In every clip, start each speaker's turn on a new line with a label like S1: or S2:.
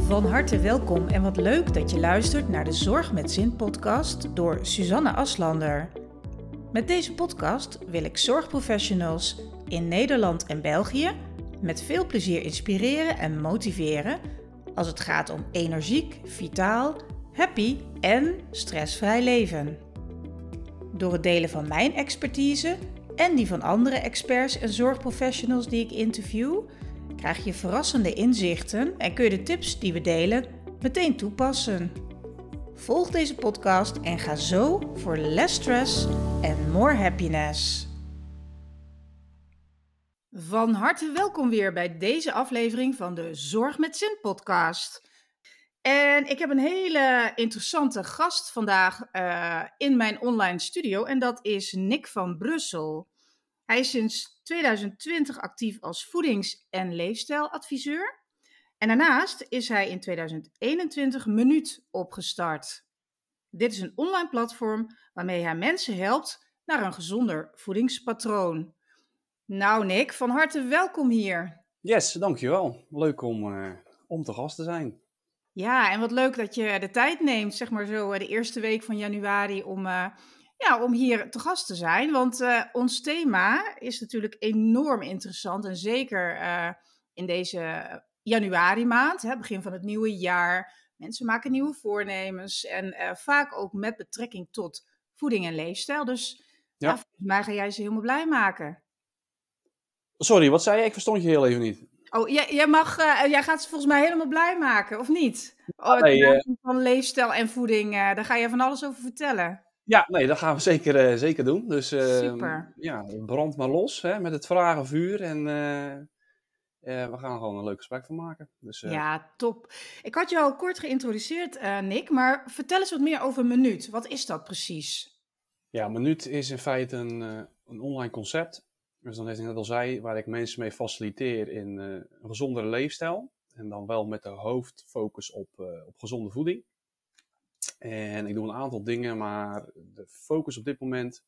S1: Van harte welkom en wat leuk dat je luistert naar de Zorg met Zin podcast door Suzanne Aslander. Met deze podcast wil ik zorgprofessionals in Nederland en België met veel plezier inspireren en motiveren als het gaat om energiek, vitaal, happy en stressvrij leven. Door het delen van mijn expertise en die van andere experts en zorgprofessionals die ik interview, krijg je verrassende inzichten en kun je de tips die we delen meteen toepassen. Volg deze podcast en ga zo voor less stress en more happiness. Van harte welkom weer bij deze aflevering van de Zorg met Zin podcast. En ik heb een hele interessante gast vandaag in mijn online studio en dat is Nick van Brussel. Hij is sinds 2020 actief als voedings- en leefstijladviseur. En daarnaast is hij in 2021 Minuut opgestart. Dit is een online platform waarmee hij mensen helpt naar een gezonder voedingspatroon. Nou Nick, van harte welkom hier.
S2: Yes, dankjewel. Leuk om te gast te zijn.
S1: Ja, en wat leuk dat je de tijd neemt, zeg maar zo de eerste week van januari om hier te gast te zijn. Want ons thema is natuurlijk enorm interessant en zeker in deze januari maand, begin van het nieuwe jaar. Mensen maken nieuwe voornemens en vaak ook met betrekking tot voeding en leefstijl. Dus ja, volgens mij ga jij ze helemaal blij maken.
S2: Sorry, wat zei je? Ik verstond je heel even niet.
S1: Oh, jij gaat ze volgens mij helemaal blij maken, of niet? Van leefstijl en voeding, daar ga je van alles over vertellen.
S2: Ja, nee, dat gaan we zeker doen. Dus
S1: Super.
S2: ja, brand maar los met het vragenvuur en we gaan er gewoon een leuk gesprek van maken. Dus,
S1: Ja, top. Ik had je al kort geïntroduceerd, Nick, maar vertel eens wat meer over Minuut. Wat is dat precies?
S2: Ja, Minuut is in feite een online concept. Dus dan net al zei, waar ik mensen mee faciliteer in een gezondere leefstijl. En dan wel met de hoofdfocus op gezonde voeding. En ik doe een aantal dingen, maar de focus op dit moment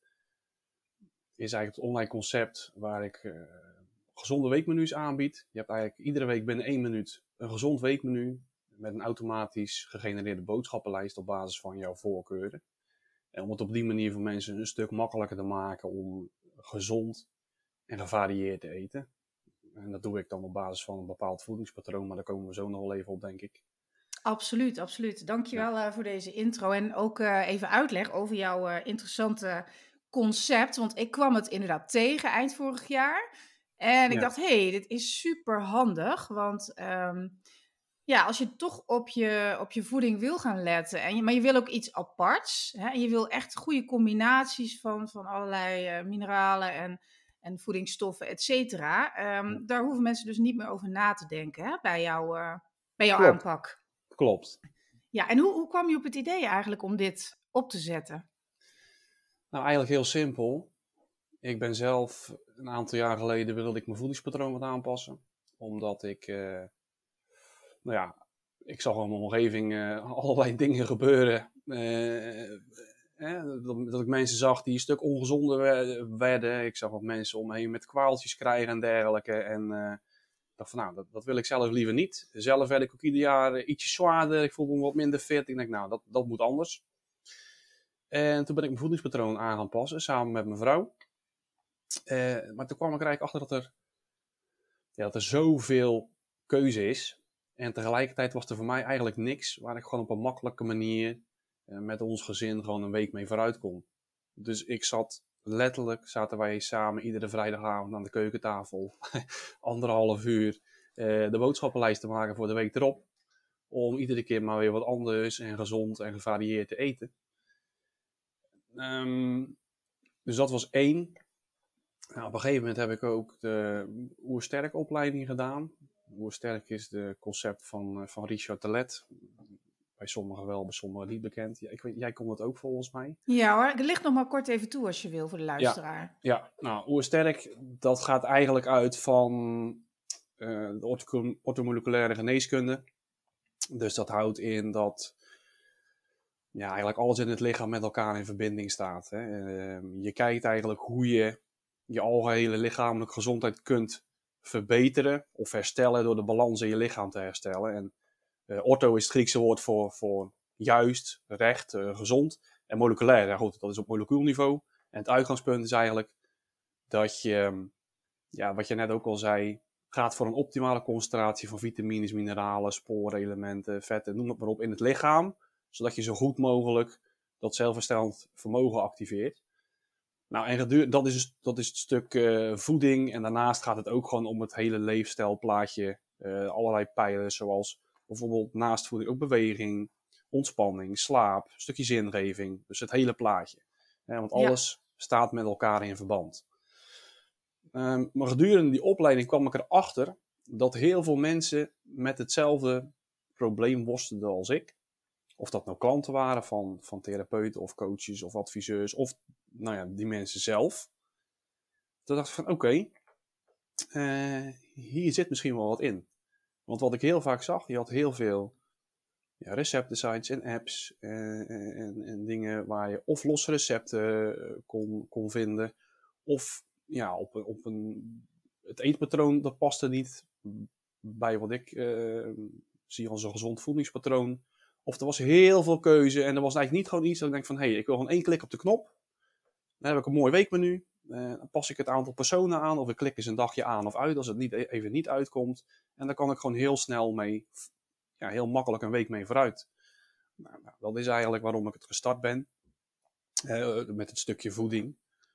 S2: is eigenlijk het online concept waar ik gezonde weekmenu's aanbied. Je hebt eigenlijk iedere week binnen 1 minuut een gezond weekmenu met een automatisch gegenereerde boodschappenlijst op basis van jouw voorkeuren. En om het op die manier voor mensen een stuk makkelijker te maken om gezond en gevarieerd te eten. En dat doe ik dan op basis van een bepaald voedingspatroon, maar daar komen we zo nog wel even op, denk ik.
S1: Absoluut, absoluut. Dankjewel voor deze intro en ook even uitleg over jouw interessante concept. Want ik kwam het inderdaad tegen eind vorig jaar. En ik dacht, dit is super handig. Want als je toch op je voeding wil gaan letten, maar je wil ook iets aparts. Hè, en je wil echt goede combinaties van allerlei mineralen en voedingsstoffen, et cetera. Daar hoeven mensen dus niet meer over na te denken bij jouw aanpak.
S2: Klopt.
S1: Ja, en hoe kwam je op het idee eigenlijk om dit op te zetten?
S2: Nou, eigenlijk heel simpel. Ik ben zelf een aantal jaar geleden wilde ik mijn voedingspatroon wat aanpassen. Omdat ik, ik zag in mijn omgeving allerlei dingen gebeuren. Dat ik mensen zag die een stuk ongezonder werden. Ik zag wat mensen om me heen met kwaaltjes krijgen en dergelijke. En dacht van, nou, dat wil ik zelf liever niet. Zelf werd ik ook ieder jaar ietsje zwaarder. Ik voelde me wat minder fit. Ik denk, nou, dat moet anders. En toen ben ik mijn voedingspatroon aan gaan passen, samen met mijn vrouw. Maar toen kwam ik er eigenlijk achter dat er zoveel keuze is. En tegelijkertijd was er voor mij eigenlijk niks waar ik gewoon op een makkelijke manier met ons gezin gewoon een week mee vooruit kon. Dus zaten wij samen iedere vrijdagavond aan de keukentafel, 1,5 uur, de boodschappenlijst te maken voor de week erop. Om iedere keer maar weer wat anders en gezond en gevarieerd te eten. Dus dat was 1. Nou, op een gegeven moment heb ik ook de Oersterk opleiding gedaan. Oersterk is de concept van Richard Telet. Bij sommigen wel, bij sommigen niet bekend. Ja, jij komt het ook volgens mij.
S1: Ja hoor, licht nog maar kort even toe als je wil voor de luisteraar.
S2: Ja. Nou, Oersterk, dat gaat eigenlijk uit van de orthomoleculaire geneeskunde. Dus dat houdt in dat eigenlijk alles in het lichaam met elkaar in verbinding staat. Hè. Je kijkt eigenlijk hoe je je algehele lichamelijke gezondheid kunt verbeteren of herstellen door de balans in je lichaam te herstellen. En Ortho is het Griekse woord voor juist, recht, gezond. En moleculair, ja goed, dat is op molecuulniveau. En het uitgangspunt is eigenlijk dat je, wat je net ook al zei, gaat voor een optimale concentratie van vitamines, mineralen, sporenelementen, vetten, noem het maar op, in het lichaam. Zodat je zo goed mogelijk dat zelfherstellend vermogen activeert. Nou, en dat is het stuk voeding. En daarnaast gaat het ook gewoon om het hele leefstijlplaatje. Allerlei pijlers, zoals bijvoorbeeld naast voeding ook beweging, ontspanning, slaap, een stukje zingeving. Dus het hele plaatje. Want alles staat met elkaar in verband. Maar gedurende die opleiding kwam ik erachter dat heel veel mensen met hetzelfde probleem worstelden als ik. Of dat nou klanten waren van therapeuten of coaches of adviseurs of die mensen zelf. Toen dacht ik van oké, hier zit misschien wel wat in. Want wat ik heel vaak zag, je had heel veel receptensites en apps en dingen waar je of losse recepten kon vinden. Of het eetpatroon dat paste niet bij wat ik zie als een gezond voedingspatroon. Of er was heel veel keuze en er was eigenlijk niet gewoon iets dat ik denk van ik wil gewoon 1 klik op de knop. Dan heb ik een mooi weekmenu. Dan pas ik het aantal personen aan of ik klik eens een dagje aan of uit als het even niet uitkomt. En dan kan ik gewoon heel snel mee, heel makkelijk een week mee vooruit. Nou, dat is eigenlijk waarom ik het gestart ben. Met het stukje voeding.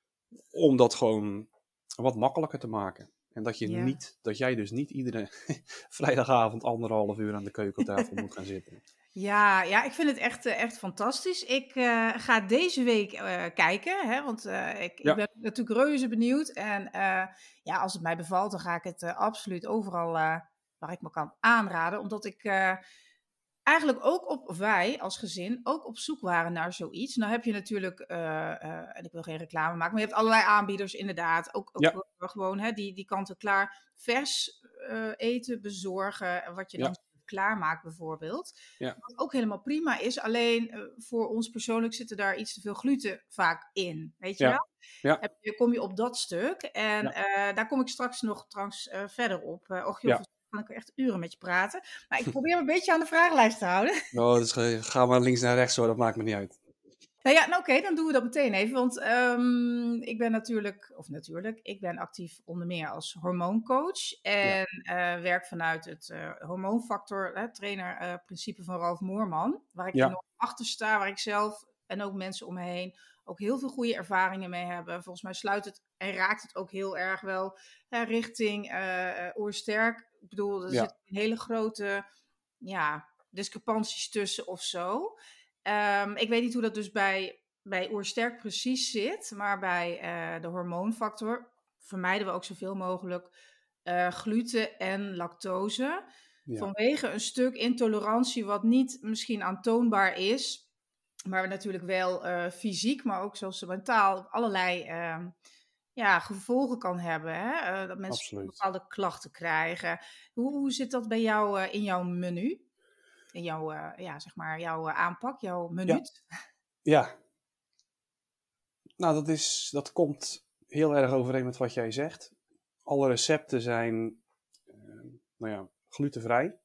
S2: Om dat gewoon wat makkelijker te maken. En dat jij dus niet iedere vrijdagavond 1,5 uur aan de keukentafel moet gaan zitten.
S1: Ja, ik vind het echt fantastisch. Ik ga deze week kijken, hè, want ik ben natuurlijk reuze benieuwd. En als het mij bevalt, dan ga ik het absoluut overal waar ik me kan aanraden. Omdat ik eigenlijk wij als gezin ook op zoek waren naar zoiets. Nou heb je natuurlijk, en ik wil geen reclame maken, maar je hebt allerlei aanbieders inderdaad. Ook gewoon die kant-en-klaar vers eten bezorgen, wat je dan klaarmaakt bijvoorbeeld.
S2: Ja.
S1: Wat ook helemaal prima is. Alleen voor ons persoonlijk zit er daar iets te veel gluten vaak in. Weet je wel?
S2: Ja.
S1: Kom je op dat stuk. En daar kom ik straks nog verder op. Kan ik echt uren met je praten. Maar ik probeer me een beetje aan de vragenlijst te houden.
S2: Dus ga maar links naar rechts hoor, dat maakt me niet uit.
S1: Oké, dan doen we dat meteen even. Want ik ben ik ben actief onder meer als hormooncoach. En werk vanuit het hormoonfactor trainerprincipe van Ralf Moorman. Waar ik enorm achter sta, waar ik zelf en ook mensen om me heen ook heel veel goede ervaringen mee hebben. Volgens mij sluit het en raakt het ook heel erg wel richting oersterk. Ik bedoel, er zitten hele grote discrepanties tussen of zo. Ik weet niet hoe dat dus bij oersterk precies zit, maar bij de hormoonfactor vermijden we ook zoveel mogelijk gluten en lactose. Vanwege een stuk intolerantie wat niet misschien aantoonbaar is, maar natuurlijk wel fysiek, maar ook zoals mentaal allerlei gevolgen kan hebben. Hè? Dat mensen bepaalde klachten krijgen. Hoe zit dat bij jou in jouw menu? In jouw, jouw aanpak, jouw minuut?
S2: Ja. Nou, dat komt heel erg overeen met wat jij zegt. Alle recepten zijn glutenvrij,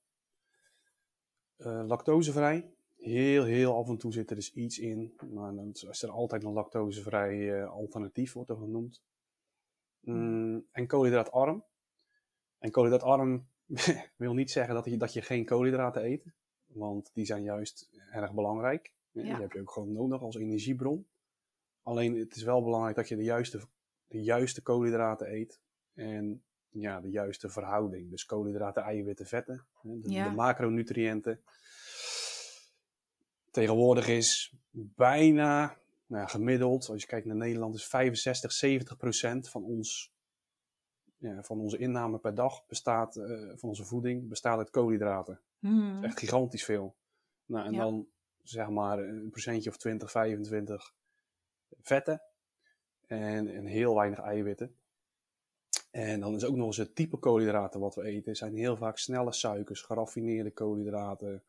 S2: lactosevrij. Heel af en toe zit er dus iets in, maar dan is er altijd een lactosevrij alternatief, wordt er genoemd. En koolhydraatarm. En koolhydraatarm wil niet zeggen dat je geen koolhydraten eet, want die zijn juist erg belangrijk. Die heb je ook gewoon nodig als energiebron. Alleen het is wel belangrijk dat je de juiste koolhydraten eet en de juiste verhouding. Dus koolhydraten, eiwitten, vetten, de macronutriënten. Tegenwoordig is bijna gemiddeld, als je kijkt naar Nederland, is 65-70% van onze inname per dag van onze voeding bestaat uit koolhydraten. Dat is echt gigantisch veel. Nou, en dan zeg maar een procentje of 20-25 vetten en heel weinig eiwitten. En dan is ook nog eens het type koolhydraten wat we eten. Zijn heel vaak snelle suikers, geraffineerde koolhydraten.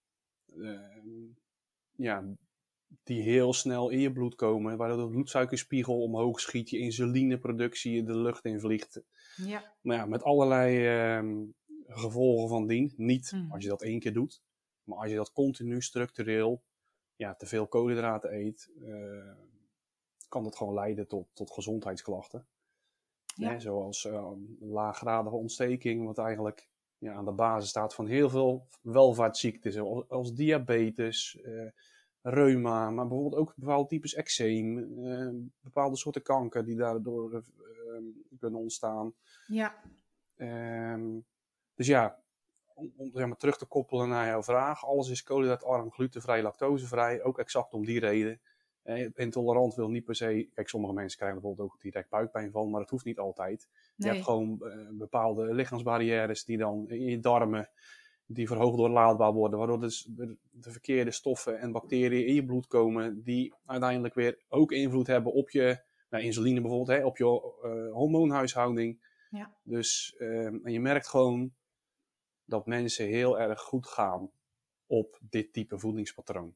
S2: Die heel snel in je bloed komen. Waardoor de bloedsuikerspiegel omhoog schiet. Je insulineproductie de lucht in vliegt. Ja. Maar met allerlei gevolgen van dien. Niet als je dat 1 keer doet. Maar als je dat continu structureel te veel koolhydraten eet, kan dat gewoon leiden tot gezondheidsklachten.
S1: Ja.
S2: Zoals laaggradige ontsteking, wat eigenlijk aan de basis staat van heel veel welvaartsziekten, zoals diabetes, reuma, maar bijvoorbeeld ook bepaalde types eczeem, bepaalde soorten kanker die daardoor kunnen ontstaan.
S1: Ja.
S2: Dus om zeg maar, terug te koppelen naar jouw vraag, alles is koolhydraatarm, glutenvrij, lactosevrij, ook exact om die reden. Intolerant wil niet per se, kijk, sommige mensen krijgen er bijvoorbeeld ook direct buikpijn van, maar dat hoeft niet altijd.
S1: Nee.
S2: Je hebt gewoon bepaalde lichaamsbarrières die dan in je darmen, die verhoogd doorlaatbaar worden, waardoor dus de verkeerde stoffen en bacteriën in je bloed komen, die uiteindelijk weer ook invloed hebben op je insuline bijvoorbeeld, op je hormoonhuishouding. Ja. Dus en je merkt gewoon dat mensen heel erg goed gaan op dit type voedingspatroon.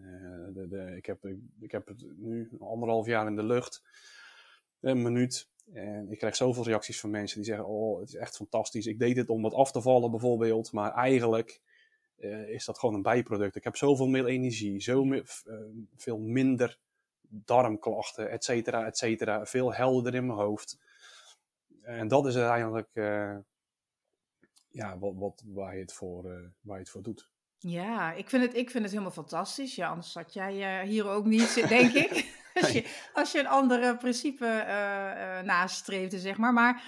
S2: Ik heb het nu 1,5 jaar in de lucht, een minuut. En ik krijg zoveel reacties van mensen die zeggen, oh, het is echt fantastisch. Ik deed dit om wat af te vallen bijvoorbeeld, maar eigenlijk is dat gewoon een bijproduct. Ik heb zoveel meer energie, veel minder darmklachten, et cetera, veel helderder in mijn hoofd. En dat is eigenlijk waar je het voor doet.
S1: Ja, ik vind het helemaal fantastisch. Ja, anders zat jij hier ook niet, denk ik. Als je een andere principe nastreefde, zeg maar. Maar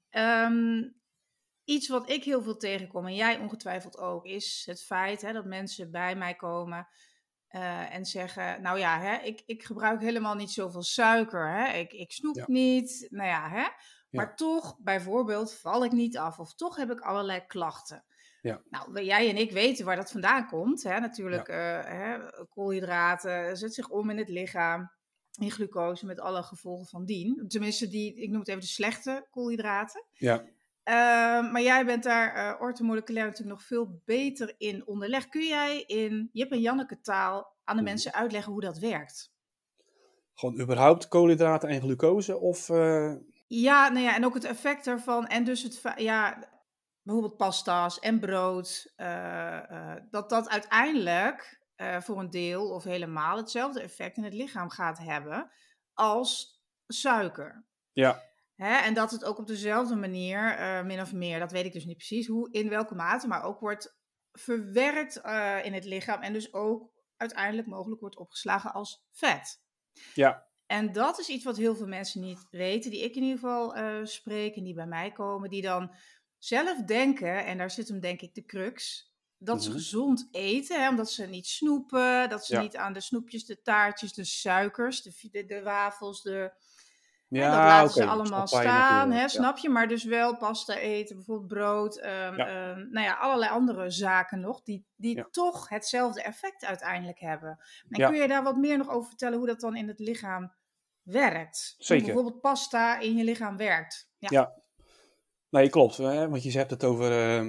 S1: iets wat ik heel veel tegenkom, en jij ongetwijfeld ook, is het feit dat mensen bij mij komen en zeggen, nou ja, ik gebruik helemaal niet zoveel suiker. Ik snoep niet, nou ja. Maar toch, bijvoorbeeld, val ik niet af of toch heb ik allerlei klachten. Ja. Nou, jij en ik weten waar dat vandaan komt. Natuurlijk, koolhydraten zet zich om in het lichaam, in glucose, met alle gevolgen van dien. Tenminste, ik noem het even de slechte koolhydraten. Ja. Maar jij bent daar orthomoleculair natuurlijk nog veel beter in onderlegd. Kun jij in Jip en Janneke taal aan de mensen uitleggen hoe dat werkt?
S2: Gewoon überhaupt koolhydraten en glucose? Of,
S1: Ja, nou ja, en ook het effect daarvan. En dus bijvoorbeeld pasta's en brood. Dat uiteindelijk voor een deel of helemaal hetzelfde effect in het lichaam gaat hebben als suiker. Ja. En dat het ook op dezelfde manier, min of meer, dat weet ik dus niet precies, in welke mate, maar ook wordt verwerkt in het lichaam en dus ook uiteindelijk mogelijk wordt opgeslagen als vet. Ja. En dat is iets wat heel veel mensen niet weten, die ik in ieder geval spreek en die bij mij komen, die dan zelf denken, en daar zit hem denk ik de crux, dat ze gezond eten, omdat ze niet snoepen, dat ze niet aan de snoepjes, de taartjes, de suikers, de wafels, dat laten ze allemaal staan, snap je? Maar dus wel pasta eten, bijvoorbeeld brood, allerlei andere zaken nog, die toch hetzelfde effect uiteindelijk hebben. En kun je daar wat meer nog over vertellen hoe dat dan in het lichaam werkt?
S2: Zeker.
S1: Hoe bijvoorbeeld pasta in je lichaam werkt.
S2: Ja. Nee, klopt. Want je hebt het over,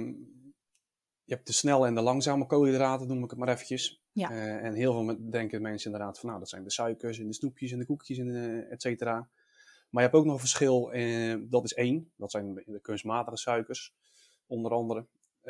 S2: je hebt de snelle en de langzame koolhydraten, noem ik het maar eventjes. Ja. En heel veel denken mensen inderdaad van, dat zijn de suikers en de snoepjes en de koekjes en et cetera. Maar je hebt ook nog een verschil, dat is 1. Dat zijn de kunstmatige suikers, onder andere.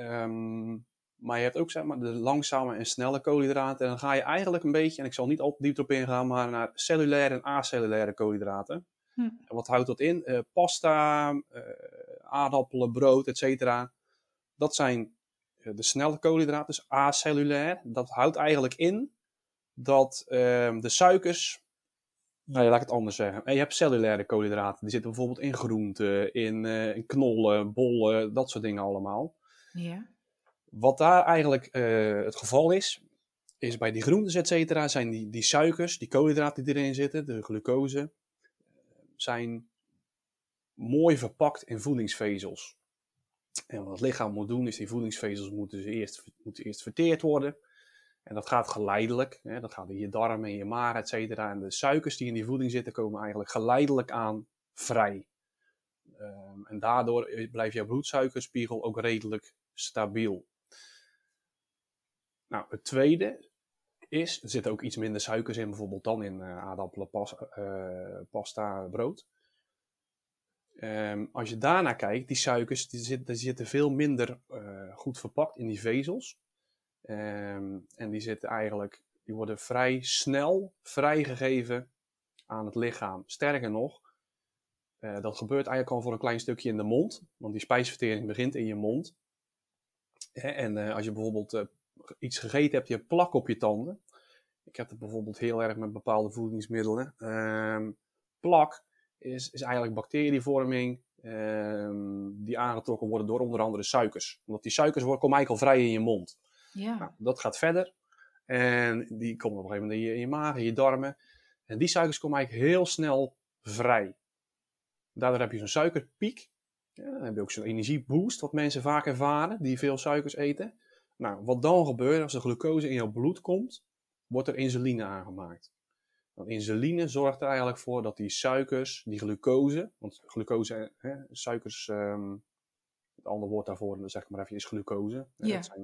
S2: Maar je hebt ook zeg maar, de langzame en snelle koolhydraten. En dan ga je eigenlijk een beetje, en ik zal niet al te diep erop ingaan, maar naar cellulaire en acellulaire koolhydraten. En wat houdt dat in? Pasta, aardappelen, brood, et cetera. Dat zijn de snelle koolhydraten, dus acellulair. Dat houdt eigenlijk in dat de suikers... Nou, laat ik het anders zeggen. En je hebt cellulaire koolhydraten. Die zitten bijvoorbeeld in groenten, in knollen, bollen, dat soort dingen allemaal. Ja. Wat daar eigenlijk het geval is bij die groentes, et cetera, zijn die suikers, die koolhydraten die erin zitten, de glucose, zijn mooi verpakt in voedingsvezels. En wat het lichaam moet doen, is die voedingsvezels moeten eerst verteerd worden. En dat gaat geleidelijk. Dat gaat in je darmen, in je maag, et cetera. En de suikers die in die voeding zitten, komen eigenlijk geleidelijk aan vrij. En daardoor blijft jouw bloedsuikerspiegel ook redelijk stabiel. Nou, het tweede is, er zitten ook iets minder suikers in, bijvoorbeeld dan in aardappelen, pasta, brood. Als je daarnaar kijkt, die suikers die zitten veel minder goed verpakt in die vezels. En die worden vrij snel vrijgegeven aan het lichaam. Sterker nog, dat gebeurt eigenlijk al voor een klein stukje in de mond. Want die spijsvertering begint in je mond. En als je bijvoorbeeld iets gegeten hebt, je hebt plak op je tanden. Ik heb het bijvoorbeeld heel erg met bepaalde voedingsmiddelen. Plak is eigenlijk bacterievorming die aangetrokken worden door onder andere suikers. Omdat die suikers komen eigenlijk al vrij in je mond.
S1: Ja.
S2: Nou, dat gaat verder. En die komen op een gegeven moment in je maag, in je darmen. En die suikers komen eigenlijk heel snel vrij. Daardoor heb je zo'n suikerpiek. Ja, dan heb je ook zo'n energieboost, wat mensen vaak ervaren, die veel suikers eten. Nou, wat dan gebeurt, als de glucose in jouw bloed komt, wordt er insuline aangemaakt. Want insuline zorgt er eigenlijk voor dat die suikers, die glucose, want glucose, suikers, het andere woord daarvoor, zeg maar even, is glucose.
S1: Ja.
S2: Dat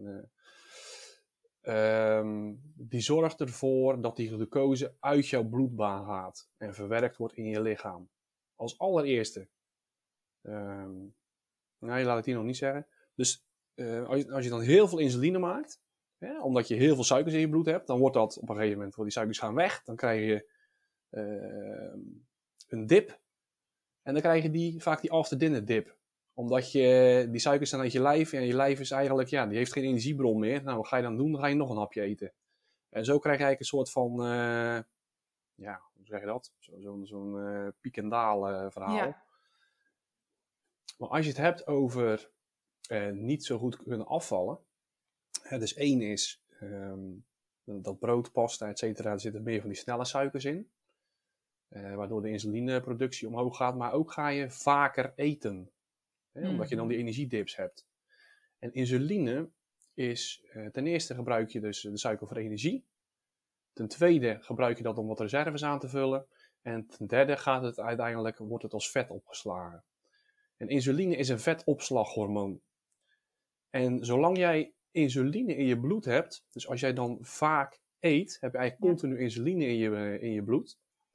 S2: zijn, die zorgt ervoor dat die glucose uit jouw bloedbaan gaat en verwerkt wordt in je lichaam. Als allereerste. Nee, laat ik die nog niet zeggen. Dus als je dan heel veel insuline maakt, omdat je heel veel suikers in je bloed hebt, dan wordt dat op een gegeven moment, die suikers gaan weg, dan krijg je een dip. En dan krijg je vaak die after dinner dip. Omdat die suikers staan uit je lijf en je lijf is eigenlijk, die heeft geen energiebron meer. Nou, wat ga je dan doen? Dan ga je nog een hapje eten. En zo krijg je eigenlijk een soort van, hoe zeg je dat? Zo'n piek en daal verhaal.
S1: Ja.
S2: Maar als je het hebt over niet zo goed kunnen afvallen. Dus één is dat brood, pasta, et cetera, er zitten meer van die snelle suikers in. Waardoor de insulineproductie omhoog gaat. Maar ook ga je vaker eten. Omdat je dan die energiedips hebt. En insuline is, ten eerste gebruik je dus de suiker voor energie. Ten tweede gebruik je dat om wat reserves aan te vullen. En ten derde wordt het als vet opgeslagen. En insuline is een vetopslaghormoon. En zolang jij insuline in je bloed hebt, dus als jij dan vaak eet, heb je eigenlijk continu insuline in je bloed,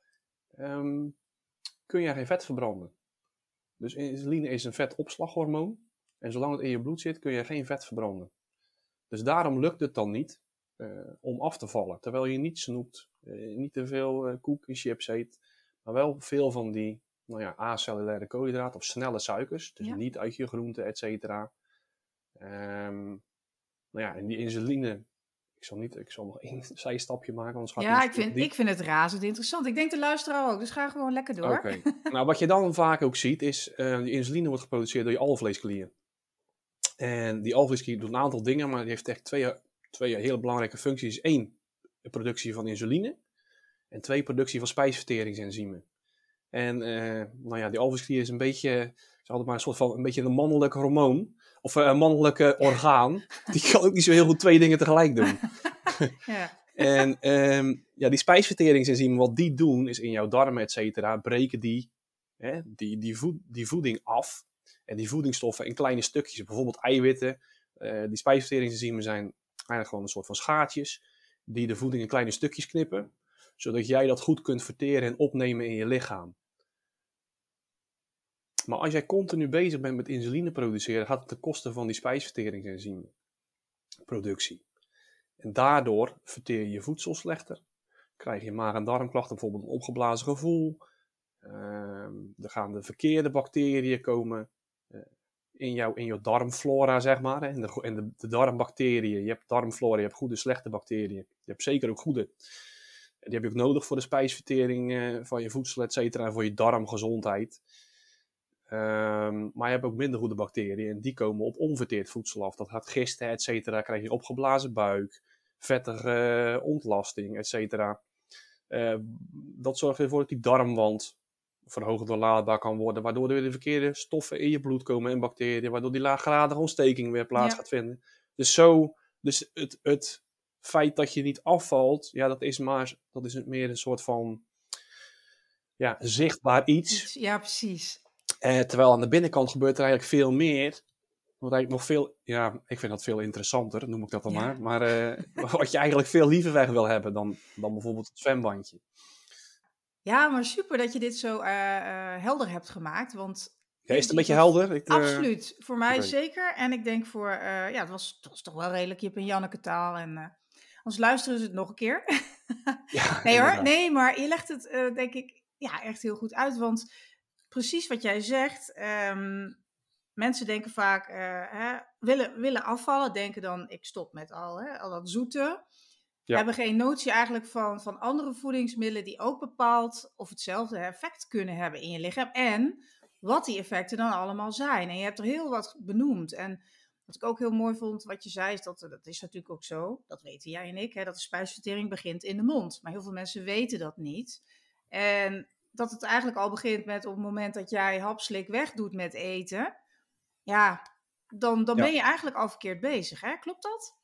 S2: kun je geen vet verbranden. Dus insuline is een vetopslaghormoon. En zolang het in je bloed zit, kun je geen vet verbranden. Dus daarom lukt het dan niet om af te vallen. Terwijl je niet snoept, niet te veel koek en chips eet, maar wel veel van die acellulaire koolhydraten of snelle suikers. Dus niet uit je groenten, et cetera. En die insuline, ik zal nog één zijstapje maken. Anders gaat
S1: ik vind het razend interessant. Ik denk de luisteraar ook, dus ga gewoon lekker door.
S2: Oké. Nou, wat je dan vaak ook ziet, is die insuline wordt geproduceerd door je alvleesklieren. En die alvleesklier doet een aantal dingen, maar die heeft echt twee hele belangrijke functies. 1, de productie van insuline. En 2, productie van spijsverteringsenzymen. En die alvleesklier is een beetje, een beetje een mannelijk hormoon. Of een mannelijk orgaan. Die kan ook niet zo heel goed 2 dingen tegelijk doen.
S1: Ja.
S2: En die spijsverteringsenzymen, wat die doen, is in jouw darmen, et cetera, breken die voeding af. En die voedingsstoffen in kleine stukjes, bijvoorbeeld eiwitten. Die spijsverteringsenzymen zijn eigenlijk gewoon een soort van schaartjes, die de voeding in kleine stukjes knippen, zodat jij dat goed kunt verteren en opnemen in je lichaam. Maar als jij continu bezig bent met insuline produceren, gaat het ten koste van die spijsverteringsenzymenproductie. En daardoor verteer je je voedsel slechter. Krijg je maag- en darmklachten, bijvoorbeeld een opgeblazen gevoel. Er gaan de verkeerde bacteriën komen in jouw darmflora, zeg maar. En de darmbacteriën, je hebt darmflora, je hebt goede, slechte bacteriën. Je hebt zeker ook goede. Die heb je ook nodig voor de spijsvertering van je voedsel, et cetera, en voor je darmgezondheid. Maar je hebt ook minder goede bacteriën en die komen op onverteerd voedsel af. Dat gaat gisten, et cetera. Krijg je opgeblazen buik, vettige ontlasting, et cetera. Dat zorgt ervoor dat die darmwand verhoogd doorlaatbaar kan worden, waardoor er weer de verkeerde stoffen in je bloed komen en bacteriën, waardoor die laaggradige ontsteking weer plaats gaat vinden. Dus het feit dat je niet afvalt, dat is meer een soort van zichtbaar iets.
S1: Ja, precies.
S2: Terwijl aan de binnenkant gebeurt er eigenlijk veel meer. Wat eigenlijk nog veel, ik vind dat veel interessanter, noem ik dat dan maar. Maar wat je eigenlijk veel liever weg wil hebben dan bijvoorbeeld het zwembandje.
S1: Ja, maar super dat je dit zo helder hebt gemaakt. Want
S2: Ja, is het een beetje helder?
S1: Absoluut. Voor mij
S2: Oké.
S1: zeker. En ik denk voor, het was toch wel redelijk Jip en Janneke taal. En anders luisteren ze het nog een keer.
S2: Ja,
S1: Nee hoor,
S2: inderdaad.
S1: nee, maar je legt het denk ik echt heel goed uit. Want precies wat jij zegt, mensen denken vaak, willen afvallen, denken dan ik stop met al dat zoete.
S2: Ja,
S1: Hebben geen notie eigenlijk van andere voedingsmiddelen die ook bepaald of hetzelfde effect kunnen hebben in je lichaam. En wat die effecten dan allemaal zijn. En je hebt er heel wat benoemd. En wat ik ook heel mooi vond, wat je zei, is dat is natuurlijk ook zo. Dat weten jij en ik, dat de spijsvertering begint in de mond. Maar heel veel mensen weten dat niet. En dat het eigenlijk al begint met op het moment dat jij hapslik wegdoet met eten. Ja, dan ben
S2: ja.
S1: je eigenlijk al verkeerd bezig. Hè? Klopt dat?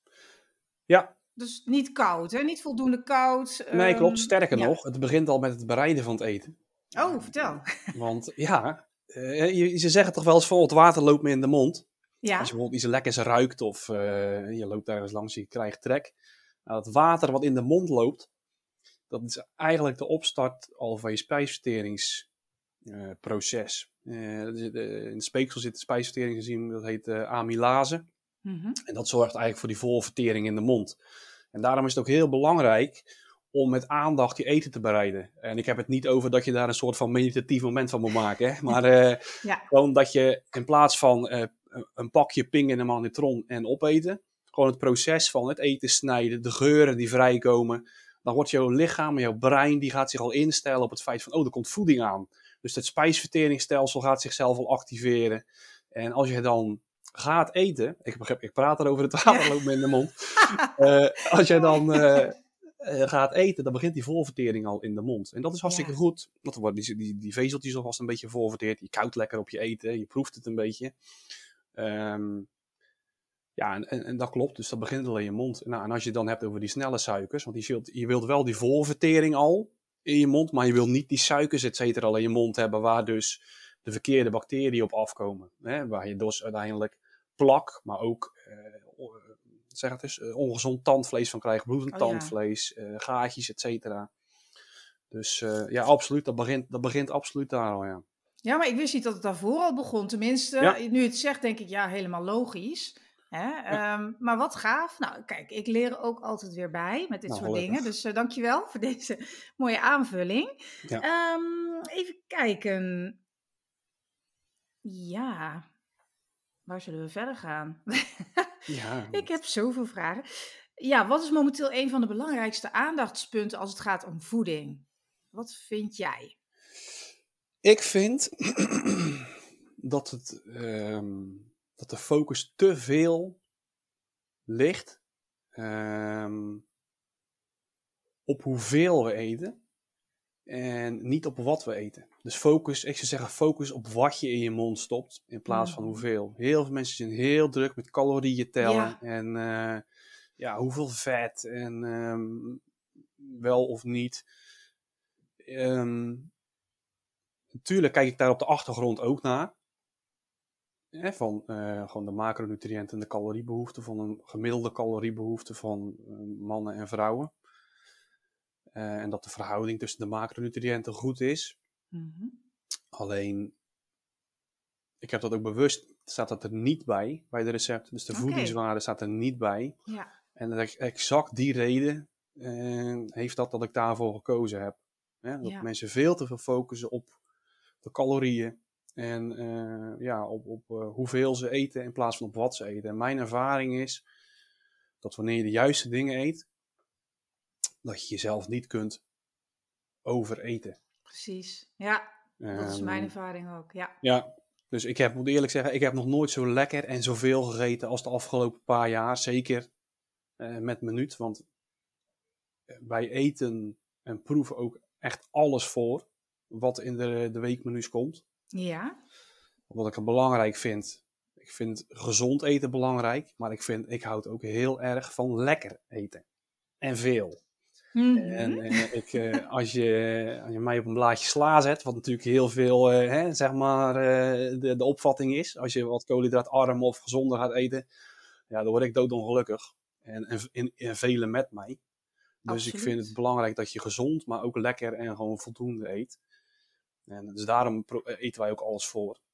S2: Ja,
S1: Dus niet koud, hè? Niet voldoende koud.
S2: nee, klopt. Sterker
S1: Ja.
S2: nog, het begint al met het bereiden van het eten.
S1: Oh, vertel.
S2: Want ja, ze zeggen toch wel eens van het water loopt me in de mond. Als je
S1: Ja.
S2: bijvoorbeeld iets lekkers ruikt of je loopt ergens langs, je krijgt trek. Nou, het water wat in de mond loopt, dat is eigenlijk de opstart al van je spijsverteringsproces. In de speeksel zit de spijsverteringsenzym, dat heet amylase.
S1: Mhm.
S2: En dat zorgt eigenlijk voor die volvertering in de mond. En daarom is het ook heel belangrijk om met aandacht je eten te bereiden. En ik heb het niet over dat je daar een soort van meditatief moment van moet maken. Hè? Maar
S1: Ja.
S2: gewoon dat je in plaats van een pakje ping in een magnetron en opeten, gewoon het proces van het eten snijden, de geuren die vrijkomen, dan wordt jouw lichaam, jouw brein, die gaat zich al instellen op het feit van, oh, er komt voeding aan. Dus het spijsverteringsstelsel gaat zichzelf al activeren. En als je dan gaat eten, ik praat erover, het water loopt me in de mond. Als jij dan gaat eten, dan begint die volvertering al in de mond. En dat is hartstikke goed, want dan worden die vezeltjes alvast een beetje volverteerd. Je koudt lekker op je eten, je proeft het een beetje. Ja, en dat klopt, dus dat begint al in je mond. Nou, en als je het dan hebt over die snelle suikers, want je wilt wel die volvertering al in je mond, maar je wilt niet die suikers et cetera al in je mond hebben, waar dus de verkeerde bacteriën op afkomen. Hè? Waar je dus uiteindelijk plak, maar ook zeg het eens, ongezond tandvlees van krijgt, bloedend tandvlees, gaatjes et cetera. Dus ja, absoluut, dat begint absoluut daar al, ja.
S1: Ja, maar ik wist niet dat het daarvoor al begon. Tenminste, nu het zegt, denk ik, ja, helemaal logisch. Hè?
S2: Ja.
S1: Maar wat gaaf. Nou, kijk, ik leer ook altijd weer bij met dit
S2: Nou,
S1: soort
S2: gelukkig.
S1: dingen. Dus dankjewel voor deze mooie aanvulling.
S2: Ja.
S1: Even kijken. Ja, waar zullen we verder gaan?
S2: Ja.
S1: Ik heb zoveel vragen. Ja, wat is momenteel een van de belangrijkste aandachtspunten als het gaat om voeding? Wat vind jij?
S2: Ik vind dat dat de focus te veel ligt op hoeveel we eten en niet op wat we eten. Dus ik zou zeggen focus op wat je in je mond stopt in plaats van hoeveel. Heel veel mensen zijn heel druk met calorieën tellen en hoeveel vet en wel of niet. Natuurlijk kijk ik daar op de achtergrond ook naar. Van gewoon de macronutriënten en de caloriebehoeften van een gemiddelde caloriebehoefte van mannen en vrouwen. En dat de verhouding tussen de macronutriënten goed is.
S1: Mm-hmm.
S2: Alleen, ik heb dat ook bewust, staat dat er niet bij de recepten. Dus de voedingswaarde staat er niet bij.
S1: Ja.
S2: En exact die reden heeft dat ik daarvoor gekozen heb. Dat mensen veel te veel focussen op de calorieën. En op hoeveel ze eten in plaats van op wat ze eten. En mijn ervaring is dat wanneer je de juiste dingen eet, dat je jezelf niet kunt overeten.
S1: Precies, ja. Dat is mijn ervaring ook, ja.
S2: Ja, dus moet eerlijk zeggen, ik heb nog nooit zo lekker en zoveel gegeten als de afgelopen paar jaar. Zeker met minuut, want wij eten en proeven ook echt alles voor wat in de weekmenu's komt.
S1: Ja.
S2: Wat ik het belangrijk vind. Ik vind gezond eten belangrijk, maar ik houd ook heel erg van lekker eten. En veel.
S1: Mm-hmm.
S2: En als je mij op een blaadje sla zet, wat natuurlijk heel veel, de opvatting is. Als je wat koolhydraatarm of gezonder gaat eten, ja, dan word ik doodongelukkig. En velen met mij. Dus
S1: Absoluut.
S2: ik vind het belangrijk dat je gezond, maar ook lekker en gewoon voldoende eet. En dus daarom eten wij ook alles voor.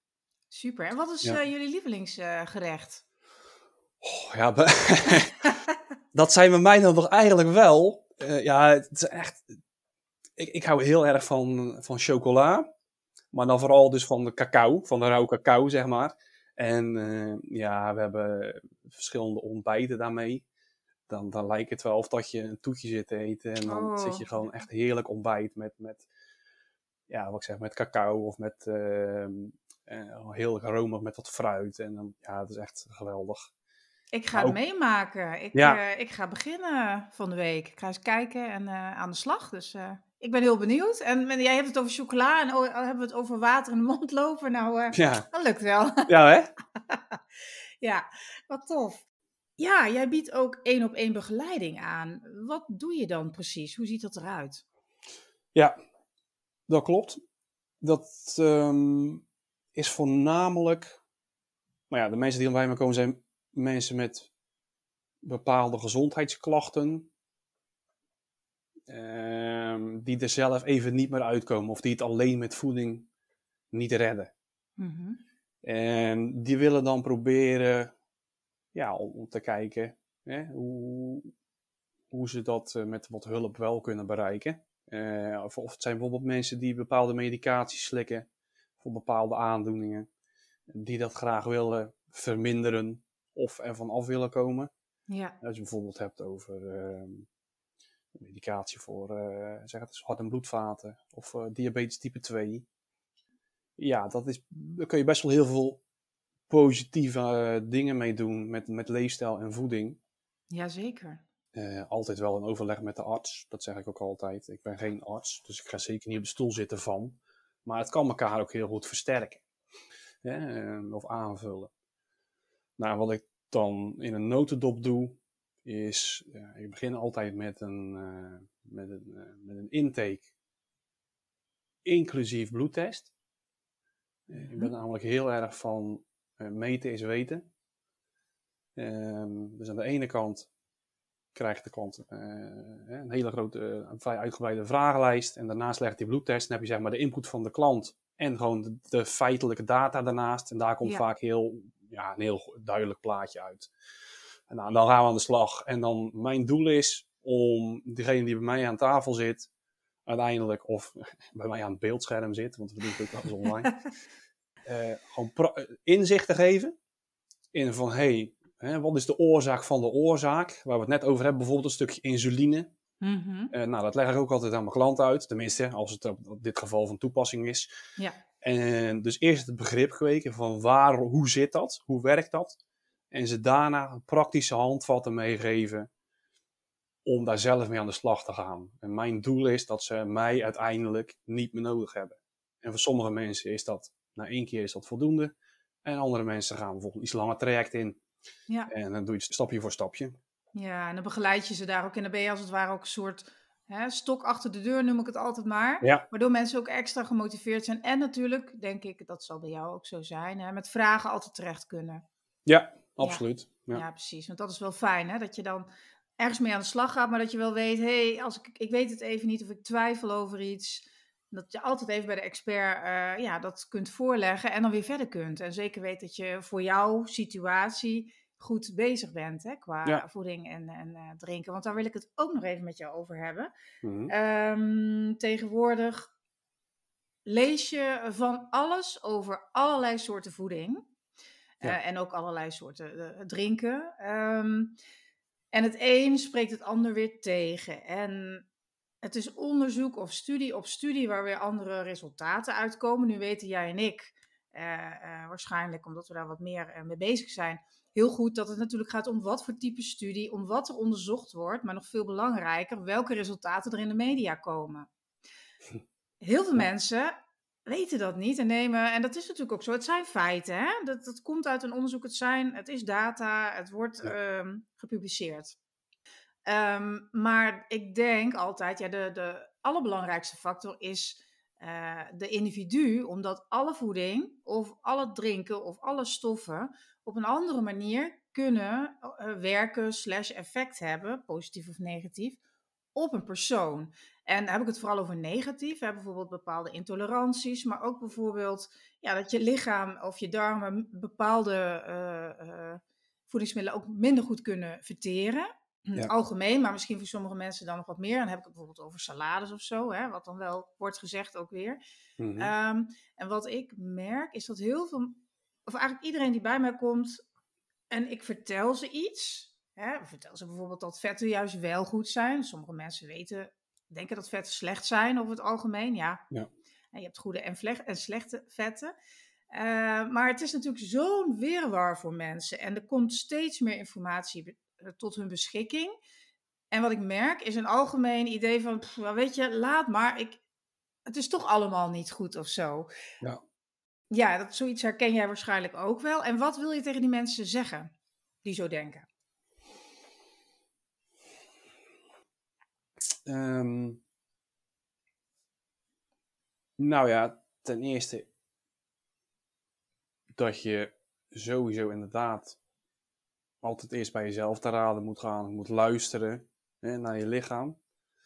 S1: Super. En wat is
S2: Ja.
S1: jullie lievelingsgerecht?
S2: Ja, dat zijn bij mij dan toch eigenlijk wel. Ja, het is echt. Ik hou heel erg van chocola. Maar dan vooral dus van de cacao, van de rauwe cacao, zeg maar. En ja, we hebben verschillende ontbijten daarmee. Dan lijkt het wel of dat je een toetje zit te eten. En dan zit je gewoon echt heerlijk ontbijt met ja, wat ik zeg, met cacao of met heel romig met wat fruit. En dan, ja, het is echt geweldig.
S1: Ik ga
S2: Maar
S1: het
S2: ook,
S1: meemaken.
S2: ja,
S1: Ik ga beginnen van de week. Ik ga eens kijken en aan de slag. Dus ik ben heel benieuwd. En jij hebt het over chocola en hebben we het over water in de mond lopen. Nou,
S2: ja,
S1: dat lukt wel.
S2: ja, hè?
S1: Ja, wat tof. Ja, jij biedt ook 1-op-1 begeleiding aan. Wat doe je dan precies? Hoe ziet dat eruit?
S2: Ja, dat klopt. Dat is voornamelijk, maar ja, de mensen die bij me komen zijn mensen met bepaalde gezondheidsklachten. Die er zelf even niet meer uitkomen of die het alleen met voeding niet redden.
S1: Mhm.
S2: En die willen dan proberen ja, om te kijken hè, hoe ze dat met wat hulp wel kunnen bereiken. Of het zijn bijvoorbeeld mensen die bepaalde medicatie slikken voor bepaalde aandoeningen. Die dat graag willen verminderen of ervan af willen komen.
S1: Ja.
S2: Als je bijvoorbeeld hebt over medicatie voor zeg het eens, hart- en bloedvaten of diabetes type 2. Ja, daar kun je best wel heel veel positieve dingen mee doen met leefstijl en voeding.
S1: Jazeker.
S2: Altijd wel in overleg met de arts, dat zeg ik ook altijd. Ik ben geen arts, dus ik ga zeker niet op de stoel zitten van. Maar het kan elkaar ook heel goed versterken of aanvullen. Nou, wat ik dan in een notendop doe, is ik begin altijd met een intake, inclusief bloedtest. Ik ben namelijk heel erg van meten is weten. Dus aan de ene kant krijgt de klant een hele grote, vrij uitgebreide vragenlijst. En daarnaast legt die bloedtest. Dan heb je zeg maar de input van de klant en gewoon de feitelijke data daarnaast. En daar komt vaak een heel duidelijk plaatje uit. En nou, dan gaan we aan de slag. En dan mijn doel is om degene die bij mij aan tafel zit, uiteindelijk, of bij mij aan het beeldscherm zit, want we doen het ook wel eens online, gewoon inzicht te geven in van, wat is de oorzaak van de oorzaak? Waar we het net over hebben, bijvoorbeeld een stukje insuline.
S1: Mhm.
S2: Nou, dat leg ik ook altijd aan mijn klant uit. Tenminste, als het op dit geval van toepassing is.
S1: Ja.
S2: En dus eerst het begrip kweken van hoe zit dat? Hoe werkt dat? En ze daarna praktische handvatten meegeven om daar zelf mee aan de slag te gaan. En mijn doel is dat ze mij uiteindelijk niet meer nodig hebben. En voor sommige mensen is dat, na 1 keer is dat voldoende. En andere mensen gaan bijvoorbeeld iets langer traject in.
S1: Ja.
S2: En dan doe je het stapje voor stapje.
S1: Ja, en dan begeleid je ze daar ook in. Dan ben je als het ware ook een soort stok achter de deur, noem ik het altijd maar.
S2: Ja.
S1: Waardoor mensen ook extra gemotiveerd zijn. En natuurlijk, denk ik, dat zal bij jou ook zo zijn, met vragen altijd terecht kunnen.
S2: Ja, absoluut.
S1: Ja, precies. Want dat is wel fijn, hè? Dat je dan ergens mee aan de slag gaat, maar dat je wel weet, als ik weet het even niet of ik twijfel over iets. Dat je altijd even bij de expert dat kunt voorleggen en dan weer verder kunt. En zeker weet dat je voor jouw situatie goed bezig bent, hè, qua voeding en drinken. Want daar wil ik het ook nog even met jou over hebben. Tegenwoordig lees je van alles over allerlei soorten voeding. En ook allerlei soorten drinken. En het een spreekt het ander weer tegen. En het is onderzoek of studie op studie waar weer andere resultaten uitkomen. Nu weten jij en ik, waarschijnlijk omdat we daar wat meer mee bezig zijn, heel goed dat het natuurlijk gaat om wat voor type studie, om wat er onderzocht wordt, maar nog veel belangrijker, welke resultaten er in de media komen. Heel veel mensen weten dat niet en dat is natuurlijk ook zo. Het zijn feiten, hè? Dat komt uit een onderzoek. Het is data, het wordt gepubliceerd. Maar ik denk altijd, de allerbelangrijkste factor is de individu, omdat alle voeding of alle drinken of alle stoffen op een andere manier kunnen werken / effect hebben, positief of negatief, op een persoon. En dan heb ik het vooral over negatief. Hè? Bijvoorbeeld bepaalde intoleranties. Maar ook bijvoorbeeld dat je lichaam of je darmen bepaalde voedingsmiddelen ook minder goed kunnen verteren. In het algemeen, maar misschien voor sommige mensen dan nog wat meer. Dan heb ik het bijvoorbeeld over salades of zo. Hè? Wat dan wel wordt gezegd ook weer. En wat ik merk is dat heel veel, of eigenlijk iedereen die bij mij komt en ik vertel ze iets. Hè, vertel ze bijvoorbeeld dat vetten juist wel goed zijn. Sommige mensen denken dat vetten slecht zijn over het algemeen. Ja. En je hebt goede en slechte vetten. Maar het is natuurlijk zo'n wirwar voor mensen. En er komt steeds meer informatie tot hun beschikking. En wat ik merk is een algemeen idee van, weet je, laat maar. Het is toch allemaal niet goed of zo. Ja, zoiets herken jij waarschijnlijk ook wel. En wat wil je tegen die mensen zeggen die zo denken?
S2: Nou ja, ten eerste dat je sowieso inderdaad altijd eerst bij jezelf te raden moet gaan. Moet luisteren naar je lichaam.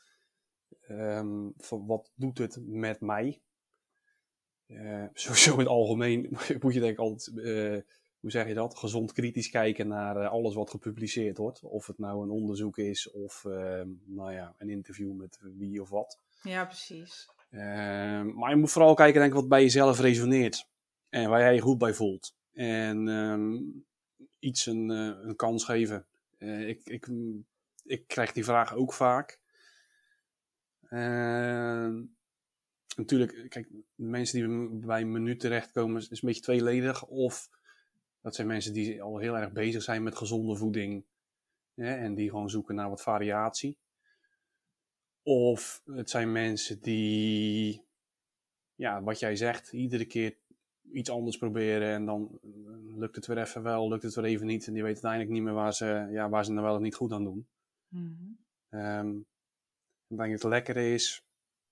S2: Van wat doet het met mij? Sowieso in het algemeen moet je denk ik altijd, hoe zeg je dat? Gezond kritisch kijken naar alles wat gepubliceerd wordt. Of het nou een onderzoek is of een interview met wie of wat.
S1: Ja, precies.
S2: Maar je moet vooral kijken denk ik, wat bij jezelf resoneert. En waar jij je goed bij voelt. En iets een kans geven. Ik krijg die vraag ook vaak. Natuurlijk, kijk, de mensen die bij een menu terechtkomen is een beetje tweeledig. Of dat zijn mensen die al heel erg bezig zijn met gezonde voeding. En die gewoon zoeken naar wat variatie. Of het zijn mensen die, wat jij zegt, iedere keer iets anders proberen. En dan lukt het weer even wel, lukt het weer even niet. En die weten uiteindelijk niet meer waar ze nou wel of niet goed aan doen. Ik denk dat het lekker is.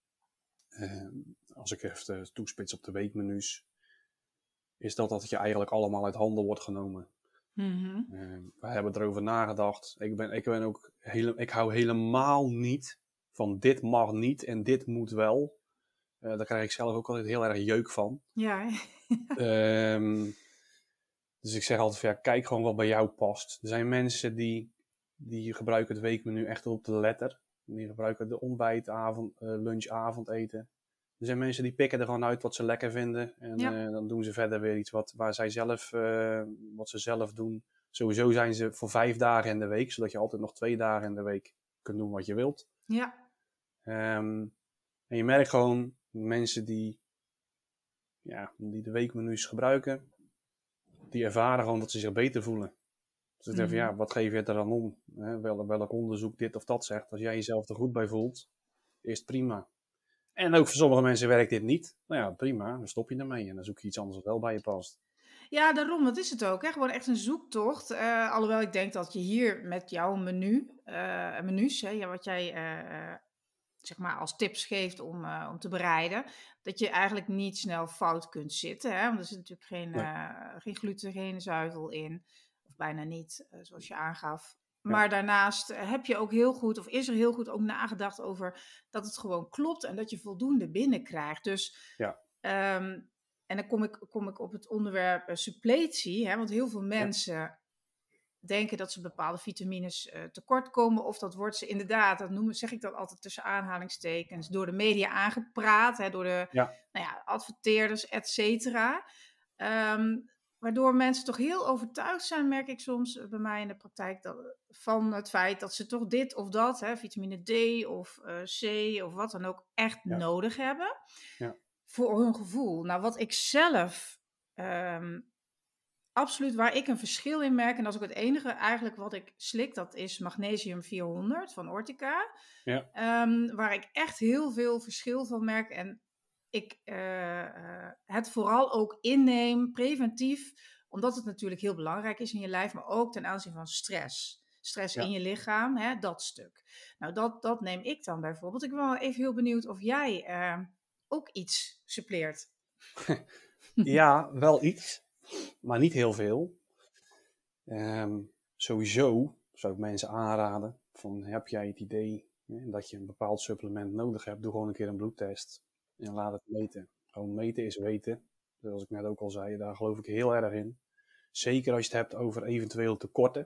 S2: Als ik even toespits op de weekmenu's, is dat je eigenlijk allemaal uit handen wordt genomen. We hebben erover nagedacht. Ik hou helemaal niet van dit mag niet en dit moet wel. Daar krijg ik zelf ook altijd heel erg jeuk van.
S1: Ja.
S2: Dus ik zeg altijd, kijk gewoon wat bij jou past. Er zijn mensen die gebruiken het weekmenu echt op de letter. Die gebruiken de ontbijt, lunch, avondeten. Er zijn mensen die pikken er gewoon uit wat ze lekker vinden. En dan doen ze verder weer iets wat ze zelf doen. Sowieso zijn ze voor 5 dagen in de week. Zodat je altijd nog 2 dagen in de week kunt doen wat je wilt.
S1: Ja.
S2: En je merkt gewoon mensen die de weekmenu's gebruiken. Die ervaren gewoon dat ze zich beter voelen. Dus ik denk wat geef je er dan om? Welk onderzoek dit of dat zegt. Als jij jezelf er goed bij voelt, is het prima. En ook voor sommige mensen werkt dit niet. Nou ja, prima. Dan stop je ermee en dan zoek je iets anders wat wel bij je past.
S1: Ja, daarom. Dat is het ook. Hè? Gewoon echt een zoektocht. Alhoewel ik denk dat je hier met jouw menus, wat jij zeg maar als tips geeft om te bereiden, dat je eigenlijk niet snel fout kunt zitten. Hè? Want er zit natuurlijk geen gluten, geen zuivel in. Of bijna niet, zoals je aangaf. Maar daarnaast heb je ook is er heel goed ook nagedacht over dat het gewoon klopt en dat je voldoende binnenkrijgt. Dus, en dan kom ik op het onderwerp suppletie. Hè? Want heel veel mensen denken dat ze bepaalde vitamines tekort komen. Of dat wordt ze inderdaad, zeg ik dat altijd tussen aanhalingstekens, door de media aangepraat. Hè? Door de adverteerders, et cetera. Waardoor mensen toch heel overtuigd zijn, merk ik soms bij mij in de praktijk, van het feit dat ze toch dit of dat, vitamine D of C of wat dan ook, echt nodig hebben. Voor hun gevoel. Nou, wat ik zelf absoluut, waar ik een verschil in merk, en dat is ook het enige eigenlijk wat ik slik, dat is magnesium 400 van Ortica. Waar ik echt heel veel verschil van merk en ik het vooral ook inneem, preventief, omdat het natuurlijk heel belangrijk is in je lijf, maar ook ten aanzien van stress. Stress in je lichaam, dat stuk. Nou, dat neem ik dan bijvoorbeeld. Ik ben wel even heel benieuwd of jij ook iets suppleert.
S2: Ja, wel iets, maar niet heel veel. Sowieso zou ik mensen aanraden, heb jij het idee dat je een bepaald supplement nodig hebt, doe gewoon een keer een bloedtest en laat het meten. Gewoon meten is weten. Zoals ik net ook al zei, daar geloof ik heel erg in. Zeker als je het hebt over eventueel tekorten.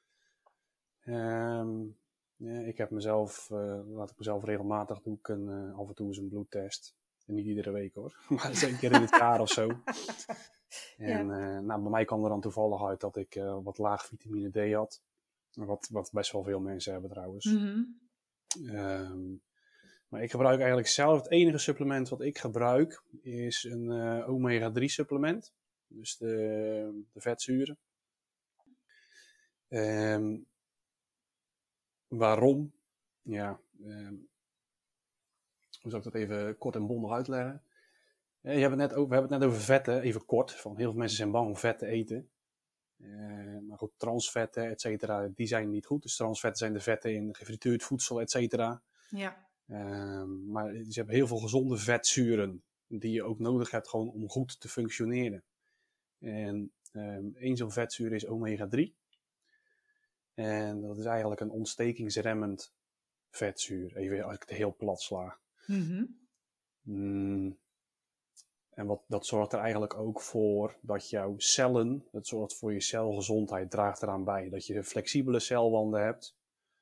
S2: Ik heb mezelf, laat ik mezelf regelmatig doe, af en toe eens een bloedtest. En niet iedere week hoor, maar eens 1 keer in het jaar of zo. En bij mij kwam er dan toevallig uit dat ik wat laag vitamine D had. Wat best wel veel mensen hebben trouwens.
S1: Mm-hmm.
S2: Maar ik gebruik eigenlijk zelf, het enige supplement wat ik gebruik is een omega-3 supplement. Dus de vetzuren. Waarom? Ja, hoe zou ik dat even kort en bondig uitleggen? We hebben het net over vetten, even kort. Van heel veel mensen zijn bang om vet te eten. Maar goed, transvetten, et cetera, die zijn niet goed. Dus transvetten zijn de vetten in gefrituurd voedsel, et cetera.
S1: Ja.
S2: Maar ze hebben heel veel gezonde vetzuren die je ook nodig hebt gewoon om goed te functioneren. En één zo'n vetzuur is omega-3. En dat is eigenlijk een ontstekingsremmend vetzuur. Even als ik het heel plat sla.
S1: Mm-hmm.
S2: En dat zorgt er eigenlijk ook voor dat jouw cellen, het zorgt voor je celgezondheid, draagt eraan bij. Dat je flexibele celwanden hebt,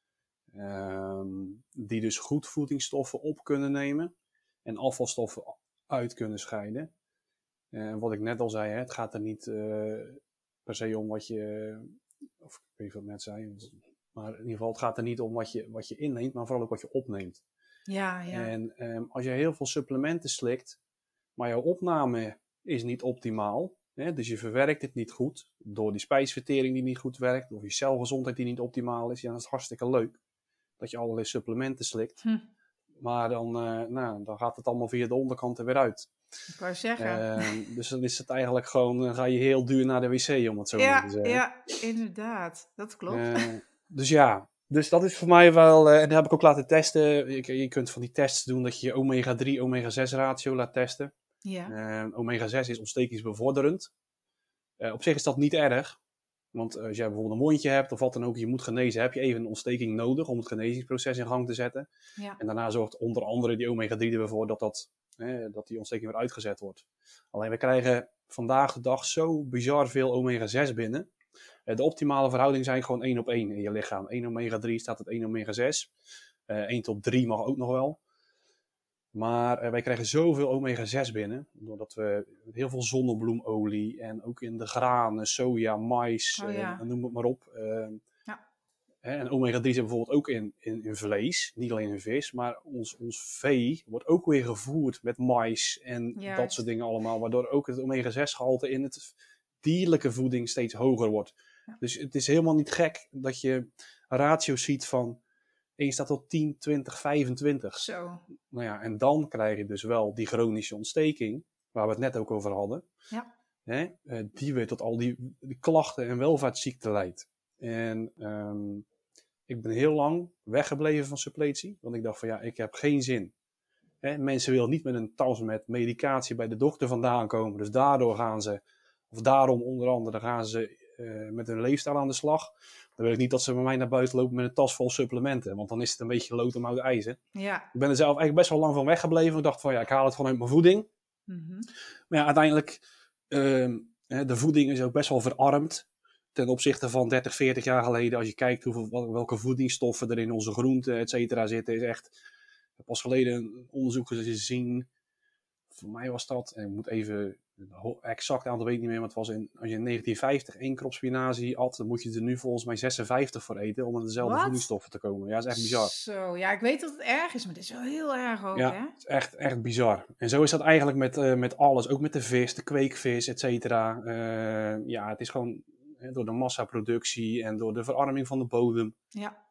S2: die dus goed voedingsstoffen op kunnen nemen en afvalstoffen uit kunnen scheiden. En wat ik net al zei, het gaat er niet per se om wat je, of ik weet niet wat ik net zei, maar in ieder geval het gaat er niet om wat je inneemt, maar vooral ook wat je opneemt.
S1: Ja.
S2: En als je heel veel supplementen slikt, maar jouw opname is niet optimaal, dus je verwerkt het niet goed, door die spijsvertering die niet goed werkt, of je celgezondheid die niet optimaal is, ja, dat is hartstikke leuk dat je allerlei supplementen slikt. Maar dan gaat het allemaal via de onderkant er weer uit.
S1: Ik wou zeggen.
S2: Dus dan is het eigenlijk gewoon, dan ga je heel duur naar de wc, om het zo maar te zeggen.
S1: Ja, inderdaad. Dat klopt.
S2: Dus dat is voor mij wel, en dat heb ik ook laten testen. Je kunt van die tests doen dat je je omega-3, omega-6 ratio laat testen.
S1: Ja.
S2: Omega-6 is ontstekingsbevorderend. Op zich is dat niet erg. Want als jij bijvoorbeeld een wondje hebt of wat dan ook, je moet genezen, heb je even een ontsteking nodig om het genezingsproces in gang te zetten.
S1: Ja.
S2: En daarna zorgt onder andere die omega-3 ervoor dat die ontsteking weer uitgezet wordt. Alleen we krijgen vandaag de dag zo bizar veel omega-6 binnen. De optimale verhouding zijn gewoon 1 op 1 in je lichaam. 1 omega-3 staat tot 1 omega-6. 1 tot 3 mag ook nog wel. Maar wij krijgen zoveel omega-6 binnen, doordat we heel veel zonnebloemolie en ook in de granen, soja, mais, noem het maar op. En omega-3 zit bijvoorbeeld ook in vlees, niet alleen in vis, maar ons vee wordt ook weer gevoerd met mais en dat soort dingen allemaal, waardoor ook het omega-6 gehalte in het dierlijke voeding steeds hoger wordt. Ja. Dus het is helemaal niet gek dat je ratio's ziet van 1 staat tot 10, 20, 25.
S1: Zo.
S2: Nou ja, en dan krijg je dus wel die chronische ontsteking, waar we het net ook over hadden.
S1: Ja.
S2: Die weer tot al die klachten en welvaartsziekten leidt. En ik ben heel lang weggebleven van suppletie, want ik dacht van ja, ik heb geen zin. Mensen willen niet met een tas met medicatie bij de dokter vandaan komen, dus daarom onder andere gaan ze met hun leefstijl aan de slag. Dan wil ik niet dat ze bij mij naar buiten lopen met een tas vol supplementen. Want dan is het een beetje lood om oud ijzer.
S1: Ja.
S2: Ik ben er zelf eigenlijk best wel lang van weggebleven. Ik dacht van ja, ik haal het gewoon uit mijn voeding.
S1: Mm-hmm.
S2: Maar ja, uiteindelijk, de voeding is ook best wel verarmd. Ten opzichte van 30, 40 jaar geleden. Als je kijkt welke voedingsstoffen er in onze groenten, et cetera, zitten. Is echt, ik heb pas geleden een onderzoek gezien. Voor mij was dat, en ik moet even exact aantal weet ik niet meer, maar het was als je in 1950 1 krop spinazie at, dan moet je er nu volgens mij 56 voor eten om aan dezelfde voedingsstoffen te komen. Ja, dat is echt bizar.
S1: Zo, ja, ik weet dat het erg is, maar het is wel heel erg ook,
S2: ja,
S1: hè?
S2: Het is echt bizar. En zo is dat eigenlijk met alles, ook met de vis, de kweekvis, et cetera. Het is gewoon door de massaproductie en door de verarming van de bodem.
S1: Ja.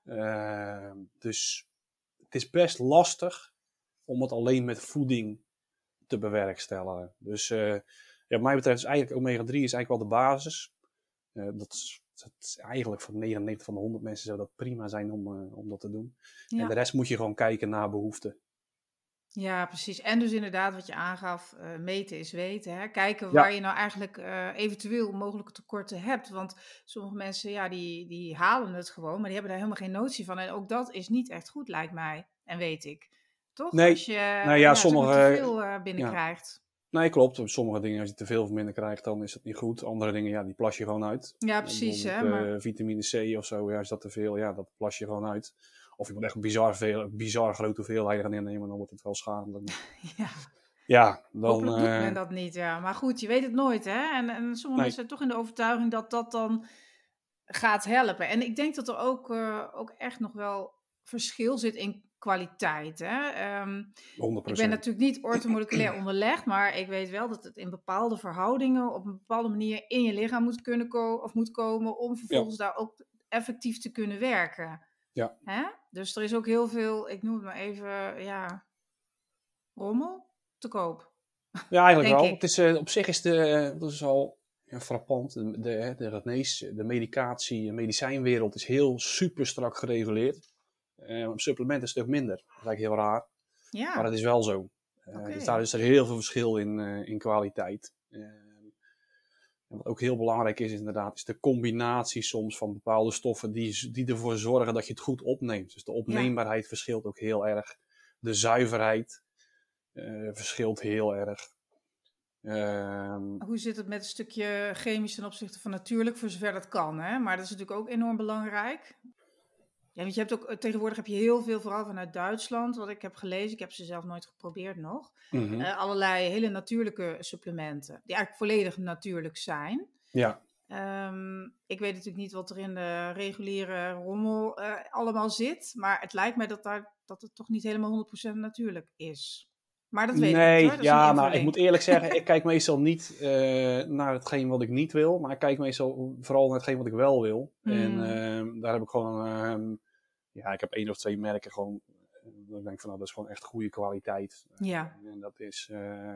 S2: Dus het is best lastig om het alleen met voeding te bewerkstelligen. Dus wat mij betreft is eigenlijk omega-3 is eigenlijk wel de basis. Dat is eigenlijk voor 99 van de 100 mensen zou dat prima zijn om dat te doen. Ja. En de rest moet je gewoon kijken naar behoeften.
S1: Ja, precies. En dus inderdaad wat je aangaf, meten is weten. Hè? Kijken waar
S2: Ja,
S1: je nou eigenlijk eventueel mogelijke tekorten hebt. Want sommige mensen, ja, die halen het gewoon, maar die hebben daar helemaal geen notie van. En ook dat is niet echt goed, lijkt mij. En weet ik. Toch? Als
S2: nee,
S1: je
S2: nou ja,
S1: zeg maar te
S2: sommige,
S1: veel
S2: ja,
S1: binnenkrijgt.
S2: nee, klopt. Sommige dingen, als je te veel van binnen krijgt, dan is dat niet goed. Andere dingen, ja, die plas je gewoon uit.
S1: Ja, precies.
S2: Bijvoorbeeld
S1: Hè? Maar
S2: vitamine C of zo, ja, is dat te veel, ja, dat plas je gewoon uit. Of je moet echt bizar grote hoeveelheden gaan innemen, dan wordt het wel schadelijk.
S1: ja,
S2: Ja, dan,
S1: hopelijk doet men dat niet. Ja. Maar goed, je weet het nooit. Hè? En sommige mensen
S2: nee,
S1: zijn toch in de overtuiging dat dat dan gaat helpen. En ik denk dat er ook echt nog wel verschil zit in kwaliteit. Hè? Ik ben
S2: 100%.
S1: natuurlijk niet orthomoleculair onderlegd, maar ik weet wel dat het in bepaalde verhoudingen op een bepaalde manier in je lichaam moet kunnen moet komen om
S2: Ja,
S1: vervolgens daar ook effectief te kunnen werken.
S2: ja.
S1: Hè? Dus er is ook heel veel, ik noem het maar even, ja, rommel te koop,
S2: Ja, eigenlijk
S1: denk
S2: wel. Het
S1: ik.
S2: is, op zich is dat is al ja, frappant. De medicatie- en medicijnwereld is heel super strak gereguleerd. Op supplementen een stuk minder. Dat is eigenlijk heel raar. Maar
S1: Ja,
S2: dat is wel zo. Dus
S1: oké.
S2: daar is er heel veel verschil in kwaliteit. En wat ook heel belangrijk is inderdaad, is de combinatie soms van bepaalde stoffen die ervoor zorgen dat je het goed opneemt. Dus de
S1: Ja.
S2: opneembaarheid verschilt ook heel erg. De zuiverheid verschilt heel erg.
S1: Hoe zit het met een stukje chemisch ten opzichte van natuurlijk, voor zover dat kan, hè? Maar dat is natuurlijk ook enorm belangrijk. Ja, want je hebt ook, tegenwoordig heb je heel veel, vooral vanuit Duitsland, wat ik heb gelezen. Ik heb ze zelf nooit geprobeerd nog.
S2: Mhm.
S1: Allerlei hele natuurlijke supplementen, die eigenlijk volledig natuurlijk zijn.
S2: Ja,
S1: Ik weet natuurlijk niet wat er in de reguliere rommel allemaal zit. Maar het lijkt mij dat het toch niet helemaal 100% natuurlijk is. Maar dat weet ik niet hoor,
S2: nee,
S1: dat is een
S2: ja, nou, ik
S1: invulling.
S2: moet eerlijk zeggen, ik kijk meestal niet naar hetgeen wat ik niet wil, maar ik kijk meestal vooral naar hetgeen wat ik wel wil. En
S1: Hmm,
S2: daar heb ik gewoon, ja, ik heb 1 of 2 merken gewoon, dat ik denk van, nou, dat is gewoon echt goede kwaliteit.
S1: ja,
S2: En dat is,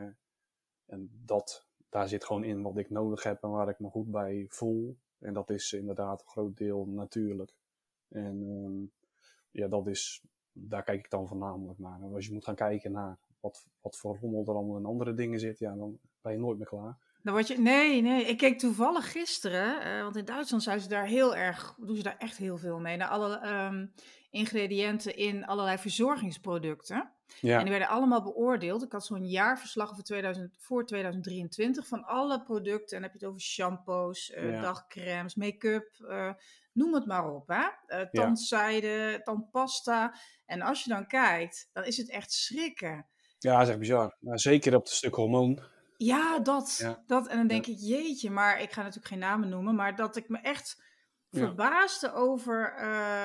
S2: en daar zit gewoon in wat ik nodig heb en waar ik me goed bij voel. En dat is inderdaad een groot deel natuurlijk. En ja, daar kijk ik dan voornamelijk naar. En als je moet gaan kijken naar wat voor rommel er allemaal in andere dingen zit, ja, dan ben je nooit meer klaar.
S1: dan word je. Nee, nee. Ik keek toevallig gisteren, want in Duitsland zijn ze daar heel erg, doen ze daar echt heel veel mee. Naar alle ingrediënten in allerlei verzorgingsproducten. En die
S2: Ja,
S1: werden allemaal beoordeeld. Ik had zo'n jaarverslag voor 2023 van alle producten. En dan heb je het over shampoos,
S2: ja,
S1: dagcremes, make-up, noem het maar op. Hè?
S2: ja.
S1: Tandzijde, tandpasta. En als je dan kijkt, dan is het echt schrikken.
S2: Ja, dat is echt bizar. Nou, zeker op het stuk hormoon.
S1: Ja, dat,
S2: Ja,
S1: dat. En dan
S2: ja,
S1: denk ik, jeetje, maar ik ga natuurlijk geen namen noemen, maar dat ik me echt
S2: ja,
S1: verbaasde over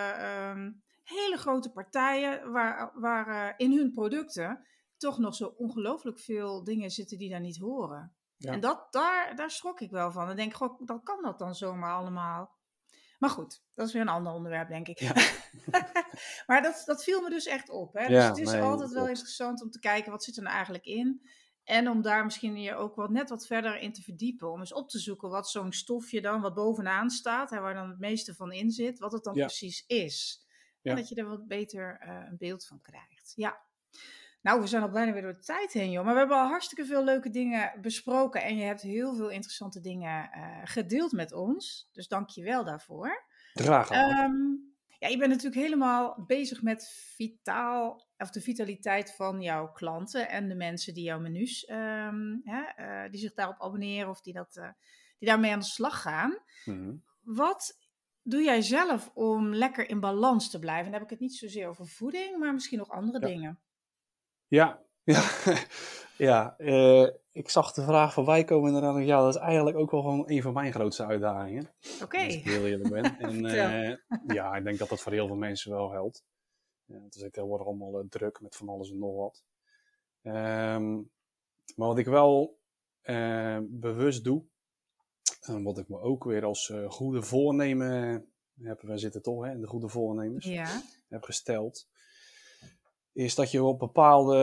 S1: hele grote partijen waar in hun producten toch nog zo ongelooflijk veel dingen zitten die daar niet horen. En
S2: ja,
S1: daar schrok ik wel van. Dan denk ik, goh, dan kan dat dan zomaar allemaal. Maar goed, dat is weer een ander onderwerp, denk ik.
S2: ja,
S1: Maar dat viel me dus echt op. Hè? Dus het
S2: ja,
S1: is
S2: nee,
S1: altijd wel
S2: klopt.
S1: interessant om te kijken wat zit er nou eigenlijk in. En om daar misschien je ook net wat verder in te verdiepen. Om eens op te zoeken wat zo'n stofje dan, wat bovenaan staat, hè, waar dan het meeste van in zit, wat het dan
S2: Ja,
S1: precies is. En
S2: ja.
S1: dat je er wat beter een beeld van krijgt. Ja. Nou, we zijn al bijna weer door de tijd heen, joh. Maar we hebben al hartstikke veel leuke dingen besproken. En je hebt heel veel interessante dingen gedeeld met ons. Dus dank je wel daarvoor.
S2: Graag gedaan.
S1: Ehm, ja, je bent natuurlijk helemaal bezig met de vitaliteit van jouw klanten en de mensen die jouw menus, die zich daarop abonneren of die daarmee aan de slag gaan.
S2: Mhm.
S1: Wat doe jij zelf om lekker in balans te blijven? En dan heb ik het niet zozeer over voeding, maar misschien nog andere
S2: Ja.
S1: dingen.
S2: Ja, ja, ja. Ik zag de vraag voorbij komen inderdaad. Ja, dat is eigenlijk ook wel gewoon een van mijn grootste uitdagingen.
S1: Oké,
S2: Als ik heel eerlijk ben. En
S1: vertel.
S2: ja, ik denk dat dat voor heel veel mensen wel geldt. Het is tegenwoordig allemaal druk met van alles en nog wat. Ehm, maar wat ik wel bewust doe, en wat ik me ook weer als goede voornemen heb, we zitten toch hè, in de goede voornemens,
S1: Ja,
S2: heb gesteld, is dat je op bepaalde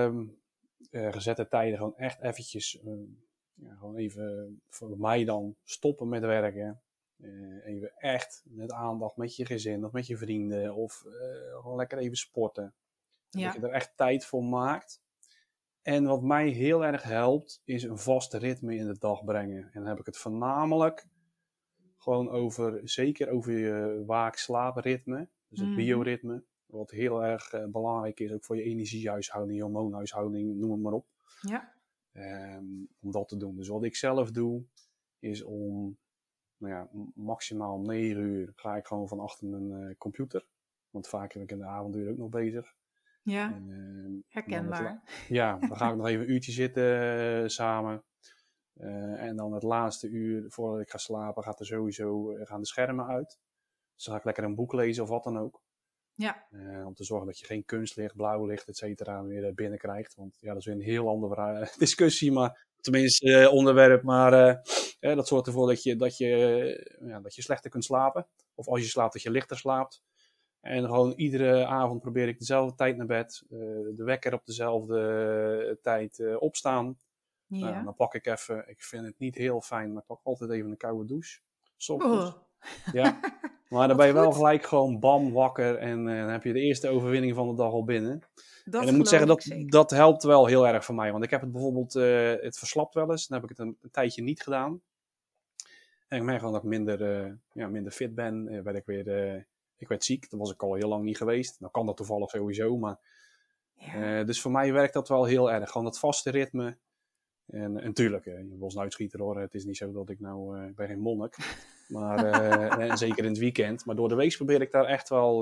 S2: gezette tijden gewoon echt eventjes, ja, gewoon even voor mij dan stoppen met werken. Even echt met aandacht met je gezin of met je vrienden of gewoon lekker even sporten. En dat je
S1: Ja.
S2: er echt tijd voor maakt. En wat mij heel erg helpt, is een vast ritme in de dag brengen. En dan heb ik het voornamelijk gewoon zeker over je waak-slaapritme. Dus het bioritme. Wat heel erg belangrijk is, ook voor je energiehuishouding, je hormoonhuishouding, noem het maar op.
S1: Ja.
S2: Om dat te doen. Dus wat ik zelf doe, is om maximaal 9 uur ga ik gewoon van achter mijn computer. Want vaak ben ik in de avonduur ook nog bezig.
S1: Ja,
S2: En,
S1: herkenbaar.
S2: dan ga ik nog even een uurtje zitten samen. En dan het laatste uur voordat ik ga slapen gaan de schermen uit. Dus dan ga ik lekker een boek lezen of wat dan ook.
S1: Ja.
S2: Om te zorgen dat je geen kunstlicht, blauw licht, et cetera weer binnenkrijgt. Want ja, dat is weer een heel andere discussie, maar tenminste onderwerp. Maar dat zorgt ervoor dat je slechter kunt slapen. Of als je slaapt, dat je lichter slaapt. En gewoon iedere avond probeer ik dezelfde tijd naar bed. De wekker op dezelfde tijd opstaan.
S1: Ja.
S2: Dan pak ik even, ik vind het niet heel fijn, maar ik pak altijd even een koude douche. 's
S1: Oh.
S2: ochtends. Ja, maar dan
S1: Wat
S2: ben je wel
S1: goed.
S2: gelijk gewoon bam wakker en dan heb je de eerste overwinning van de dag al binnen.
S1: Dat
S2: En ik moet zeggen,
S1: geloof ik zeker.
S2: dat helpt wel heel erg voor mij. Want ik heb het bijvoorbeeld, het verslapt wel eens. Dan heb ik het een tijdje niet gedaan. En ik merk gewoon dat ik minder fit ben. Ik werd ziek, dat was ik al heel lang niet geweest. Dan kan dat toevallig sowieso, maar...
S1: Ja.
S2: Dus voor mij werkt dat wel heel erg. Gewoon dat vaste ritme. En natuurlijk, je was een uitschieter hoor. Het is niet zo dat ik ik ben geen monnik. Maar en zeker in het weekend. Maar door de week probeer ik daar echt wel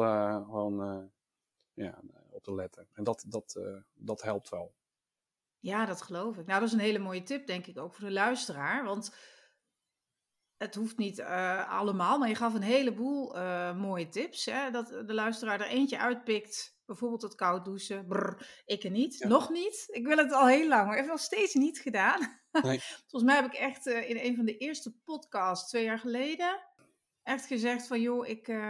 S2: op te letten. En dat helpt wel.
S1: Ja, dat geloof ik. Nou, dat is een hele mooie tip, denk ik, ook voor de luisteraar. Want het hoeft niet allemaal, maar je gaf een heleboel mooie tips. Hè? Dat de luisteraar er eentje uitpikt. Bijvoorbeeld het koud douchen. Brrr, ik er niet.
S2: Ja.
S1: Nog niet. Ik wil het al heel lang, maar ik heb het nog steeds niet gedaan.
S2: Nee.
S1: Volgens mij heb ik echt in een van de eerste podcasts 2 jaar geleden echt gezegd van joh,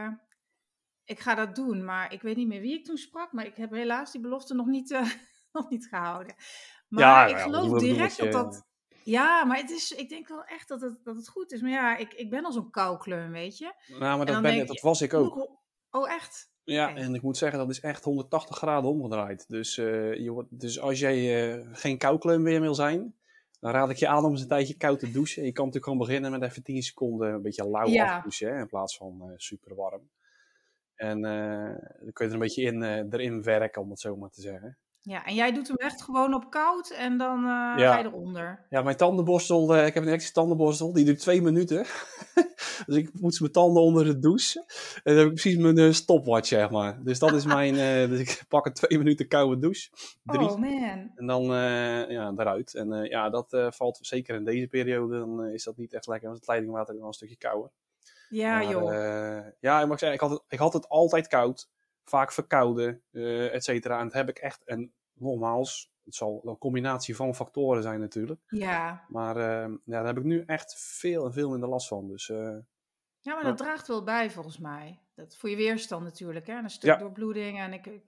S1: ik ga dat doen. Maar ik weet niet meer wie ik toen sprak, maar ik heb helaas die belofte nog niet, nog niet gehouden. Maar ik geloof direct dat... Ja, maar ik denk wel echt dat het goed is. Maar ja, ik ben al zo'n koukleum, weet je.
S2: Nou, maar dat was ik ook.
S1: Oh, echt?
S2: Ja,
S1: Okay.
S2: en ik moet zeggen, dat is echt 180 graden omgedraaid. Dus als jij geen koukleum meer wil zijn, dan raad ik je aan om eens een tijdje koud te douchen. Je kan natuurlijk gewoon beginnen met even 10 seconden een beetje lauw afdouchen, hè, in plaats van super warm. En dan kun je er een beetje erin werken, om het zo maar te zeggen.
S1: Ja, en jij doet hem echt gewoon op koud en dan ga je eronder.
S2: Ja, mijn tandenborstel, ik heb een elektrische tandenborstel, die duurt 2 minuten. Dus ik poets mijn tanden onder de douche. En dan heb ik precies mijn stopwatch, zeg maar. Dus dat is mijn, dus ik pak een 2 minuten koude douche. 3.
S1: Oh man.
S2: En dan daaruit. En dat valt zeker in deze periode, dan is dat niet echt lekker, want het leidingwater is wel een stukje kouder.
S1: Ja,
S2: maar, joh. Maar ik zei, ik had het altijd koud. Vaak verkouden, et cetera. En dat heb ik echt, en nogmaals, het zal een combinatie van factoren zijn natuurlijk.
S1: Ja.
S2: Maar daar heb ik nu echt veel en veel minder last van. Dus,
S1: ja, maar dat draagt wel bij volgens mij. Dat voor je weerstand natuurlijk, hè? Een stuk doorbloeding. En ik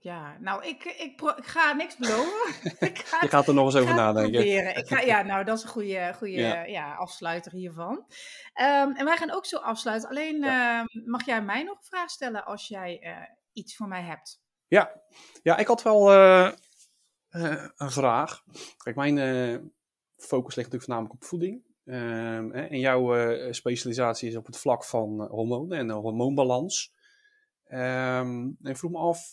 S1: ga niks beloven.
S2: Je gaat er nog eens over nadenken.
S1: Nou, dat is een goede afsluiter hiervan. En wij gaan ook zo afsluiten. Alleen mag jij mij nog een vraag stellen als jij iets voor mij hebt?
S2: Ja, ik had wel een vraag. Kijk, mijn focus ligt natuurlijk voornamelijk op voeding. En jouw specialisatie is op het vlak van hormonen en de hormoonbalans. En ik vroeg me af,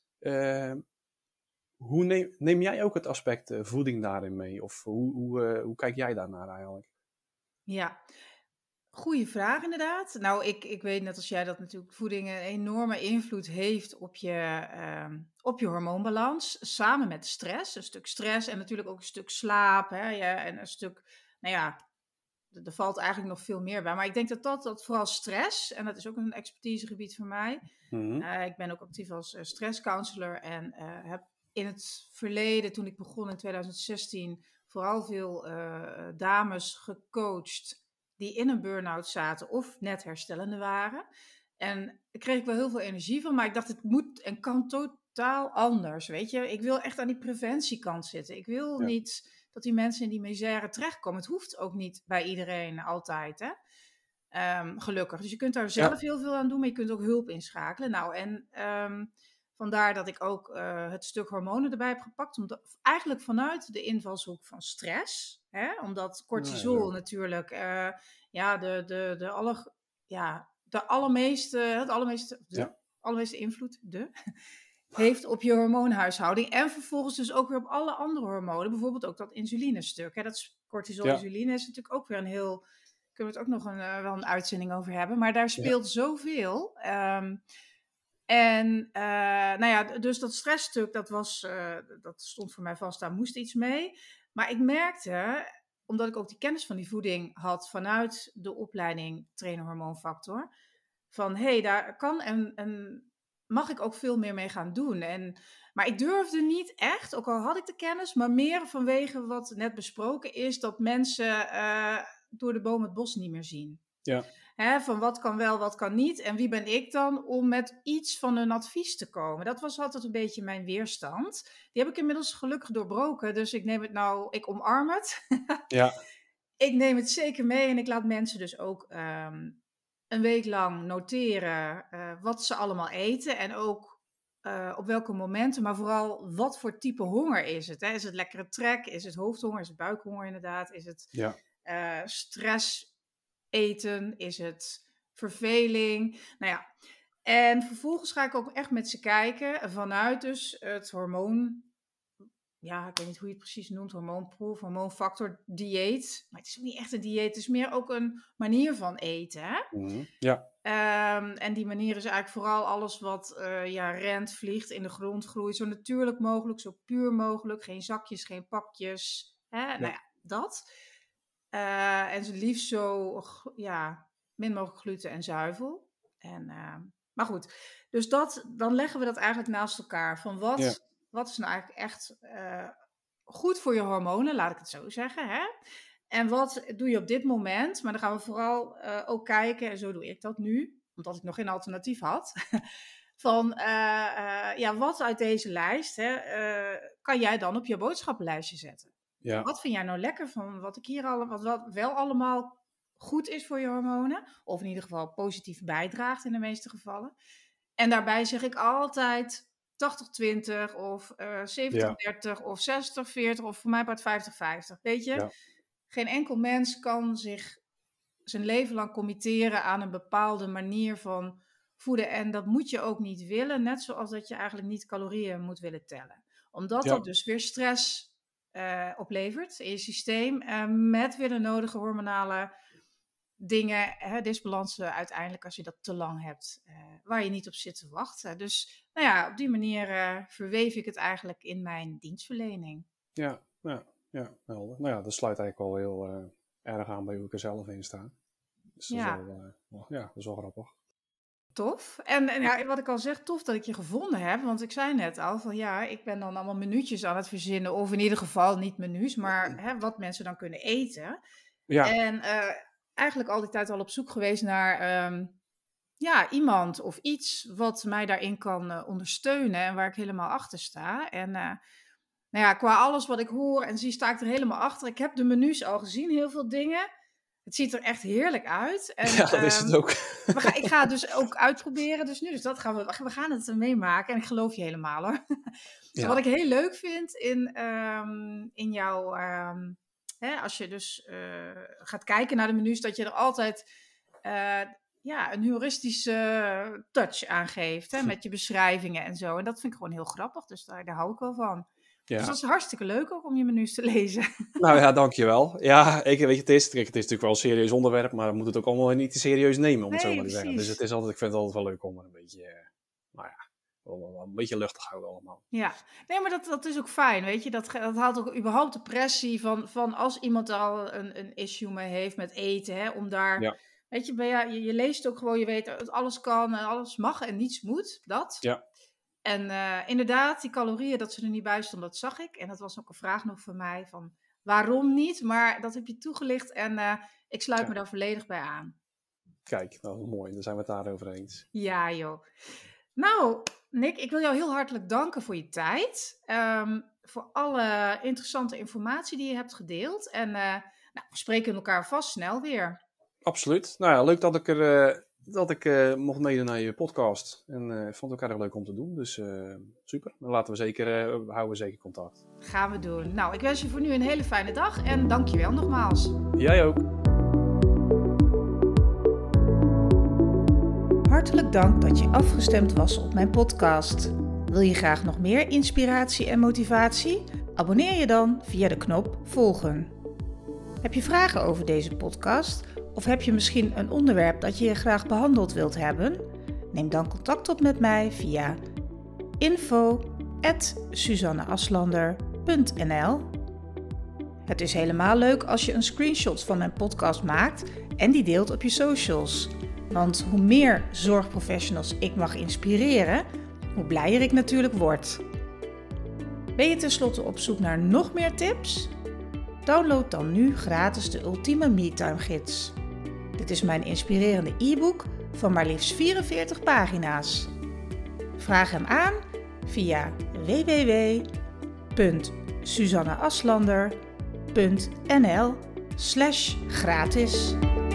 S2: hoe neem jij ook het aspect voeding daarin mee? Of hoe kijk jij daarnaar eigenlijk?
S1: Ja, goeie vraag inderdaad. Nou, ik weet net als jij dat natuurlijk voeding een enorme invloed heeft op je hormoonbalans. Samen met stress. Een stuk stress en natuurlijk ook een stuk slaap. Hè, en een stuk, nou ja, er valt eigenlijk nog veel meer bij. Maar ik denk dat vooral stress, en dat is ook een expertisegebied voor mij.
S2: Mm-hmm.
S1: Ik ben ook actief als stresscounselor en heb in het verleden, toen ik begon in 2016, vooral veel dames gecoacht die in een burn-out zaten of net herstellende waren. En daar kreeg ik wel heel veel energie van, maar ik dacht het moet en kan totaal anders, weet je. Ik wil echt aan die preventiekant zitten. Ik wil niet dat die mensen in die misère terechtkomen. Het hoeft ook niet bij iedereen altijd, hè. Gelukkig. Dus je kunt daar zelf heel veel aan doen, maar je kunt ook hulp inschakelen. Nou, en vandaar dat ik ook het stuk hormonen erbij heb gepakt. Eigenlijk vanuit de invalshoek van stress. Hè? Omdat cortisol natuurlijk de allermeeste invloed heeft op je hormoonhuishouding. En vervolgens dus ook weer op alle andere hormonen. Bijvoorbeeld ook dat insulinestuk. Hè? Dat cortisol-insuline is natuurlijk ook weer een heel... Kunnen we het ook nog wel een uitzending over hebben. Maar daar speelt zoveel. Dus dat stressstuk, dat stond voor mij vast. Daar moest iets mee. Maar ik merkte, omdat ik ook die kennis van die voeding had vanuit de opleiding Trainer Hormoonfactor, van daar kan en mag ik ook veel meer mee gaan doen. Maar ik durfde niet echt, ook al had ik de kennis, maar meer vanwege wat net besproken is, dat mensen door de boom het bos niet meer zien.
S2: Ja.
S1: Van wat kan wel, wat kan niet. En wie ben ik dan om met iets van een advies te komen? Dat was altijd een beetje mijn weerstand. Die heb ik inmiddels gelukkig doorbroken. Dus ik omarm het.
S2: Ja.
S1: Ik neem het zeker mee en ik laat mensen dus ook een week lang noteren wat ze allemaal eten. En ook op welke momenten, maar vooral wat voor type honger is het. Hè? Is het lekkere trek? Is het hoofdhonger? Is het buikhonger inderdaad? Is het stress eten? Is het verveling? Nou ja. En vervolgens ga ik ook echt met ze kijken vanuit dus het hormoon. Ja, ik weet niet hoe je het precies noemt. Hormoonproef, hormoonfactor, dieet. Maar het is ook niet echt een dieet. Het is meer ook een manier van eten. Hè?
S2: Mm-hmm. Ja.
S1: En die manier is eigenlijk vooral alles wat rent, vliegt, in de grond groeit. Zo natuurlijk mogelijk, zo puur mogelijk. Geen zakjes, geen pakjes. Hè? Ja. Nou ja, dat. En zo liefst zo min mogelijk gluten en zuivel. Maar goed, dus dan leggen we dat eigenlijk naast elkaar. Van wat is nou eigenlijk echt goed voor je hormonen, laat ik het zo zeggen. Hè? En wat doe je op dit moment? Maar dan gaan we vooral ook kijken, en zo doe ik dat nu, omdat ik nog geen alternatief had. Van wat uit deze lijst kan jij dan op je boodschappenlijstje zetten? Ja. Wat vind jij nou lekker van wat ik hier wat wel allemaal goed is voor je hormonen? Of in ieder geval positief bijdraagt in de meeste gevallen. En daarbij zeg ik altijd 80-20 of 70-30 of 60-40 of voor mij part 50-50. Weet je, geen enkel mens kan zich zijn leven lang committeren aan een bepaalde manier van voeden. En dat moet je ook niet willen, net zoals dat je eigenlijk niet calorieën moet willen tellen. Omdat dat dus weer stress oplevert in je systeem met weer de nodige hormonale dingen, disbalansen uiteindelijk als je dat te lang hebt, waar je niet op zit te wachten. Dus op die manier verweef ik het eigenlijk in mijn dienstverlening.
S2: Ja, helder. Nou ja, dat sluit eigenlijk wel heel erg aan bij hoe ik er zelf in sta. Dus dat is wel grappig.
S1: Tof. En wat ik al zeg, tof dat ik je gevonden heb. Want ik zei net al van ik ben dan allemaal minuutjes aan het verzinnen. Of in ieder geval niet menus, maar wat mensen dan kunnen eten. Ja. En eigenlijk al die tijd al op zoek geweest naar iemand of iets wat mij daarin kan ondersteunen. En waar ik helemaal achter sta. En qua alles wat ik hoor en zie, sta ik er helemaal achter. Ik heb de menus al gezien, heel veel dingen. Het ziet er echt heerlijk uit. En,
S2: dat is het ook.
S1: Ik ga het dus ook uitproberen. Dus dat gaan we gaan het meemaken. En ik geloof je helemaal hoor. Dus wat ik heel leuk vind in jouw... als je dus gaat kijken naar de menus, dat je er altijd een humoristische touch aan geeft. Hè, met je beschrijvingen en zo. En dat vind ik gewoon heel grappig. Dus daar hou ik wel van. Ja. Dus dat is hartstikke leuk ook om je menus te lezen. Nou
S2: ja, dankjewel. Ja, het is natuurlijk wel een serieus onderwerp, maar we moeten het ook allemaal niet te serieus nemen, om het zo maar te zeggen. Dus ik vind het altijd wel leuk om er een beetje, een beetje luchtig houden allemaal.
S1: Ja, nee, maar dat is ook fijn, weet je. Dat haalt ook überhaupt de pressie van als iemand al een issue mee heeft met eten, hè, om daar... Ja. Weet je, je leest ook gewoon, je weet dat alles kan en alles mag en niets moet, dat. Ja. En inderdaad, die calorieën, dat ze er niet bij stonden, dat zag ik. En dat was ook een vraag nog van mij, van waarom niet? Maar dat heb je toegelicht en ik sluit me daar volledig bij aan.
S2: Kijk, dat is mooi. Dan zijn we het daarover eens.
S1: Ja, joh. Nou, Nick, ik wil jou heel hartelijk danken voor je tijd. Voor alle interessante informatie die je hebt gedeeld. En we spreken elkaar vast snel weer.
S2: Absoluut. Nou ja, leuk dat ik er dat ik mocht meedoen naar je podcast. En ik vond het ook erg leuk om te doen. Dus super. Dan houden we zeker contact.
S1: Gaan we doen. Nou, ik wens je voor nu een hele fijne dag en dank je wel nogmaals.
S2: Jij ook.
S1: Hartelijk dank dat je afgestemd was op mijn podcast. Wil je graag nog meer inspiratie en motivatie? Abonneer je dan via de knop volgen. Heb je vragen over deze podcast? Of heb je misschien een onderwerp dat je graag behandeld wilt hebben? Neem dan contact op met mij via info@suzanneaslander.nl. Het is helemaal leuk als je een screenshot van mijn podcast maakt en die deelt op je socials. Want hoe meer zorgprofessionals ik mag inspireren, hoe blijer ik natuurlijk word. Ben je tenslotte op zoek naar nog meer tips? Download dan nu gratis de Ultieme MeTime Gids. Dit is mijn inspirerende e-book van maar liefst 44 pagina's. Vraag hem aan via www.suzanneaslander.nl/gratis.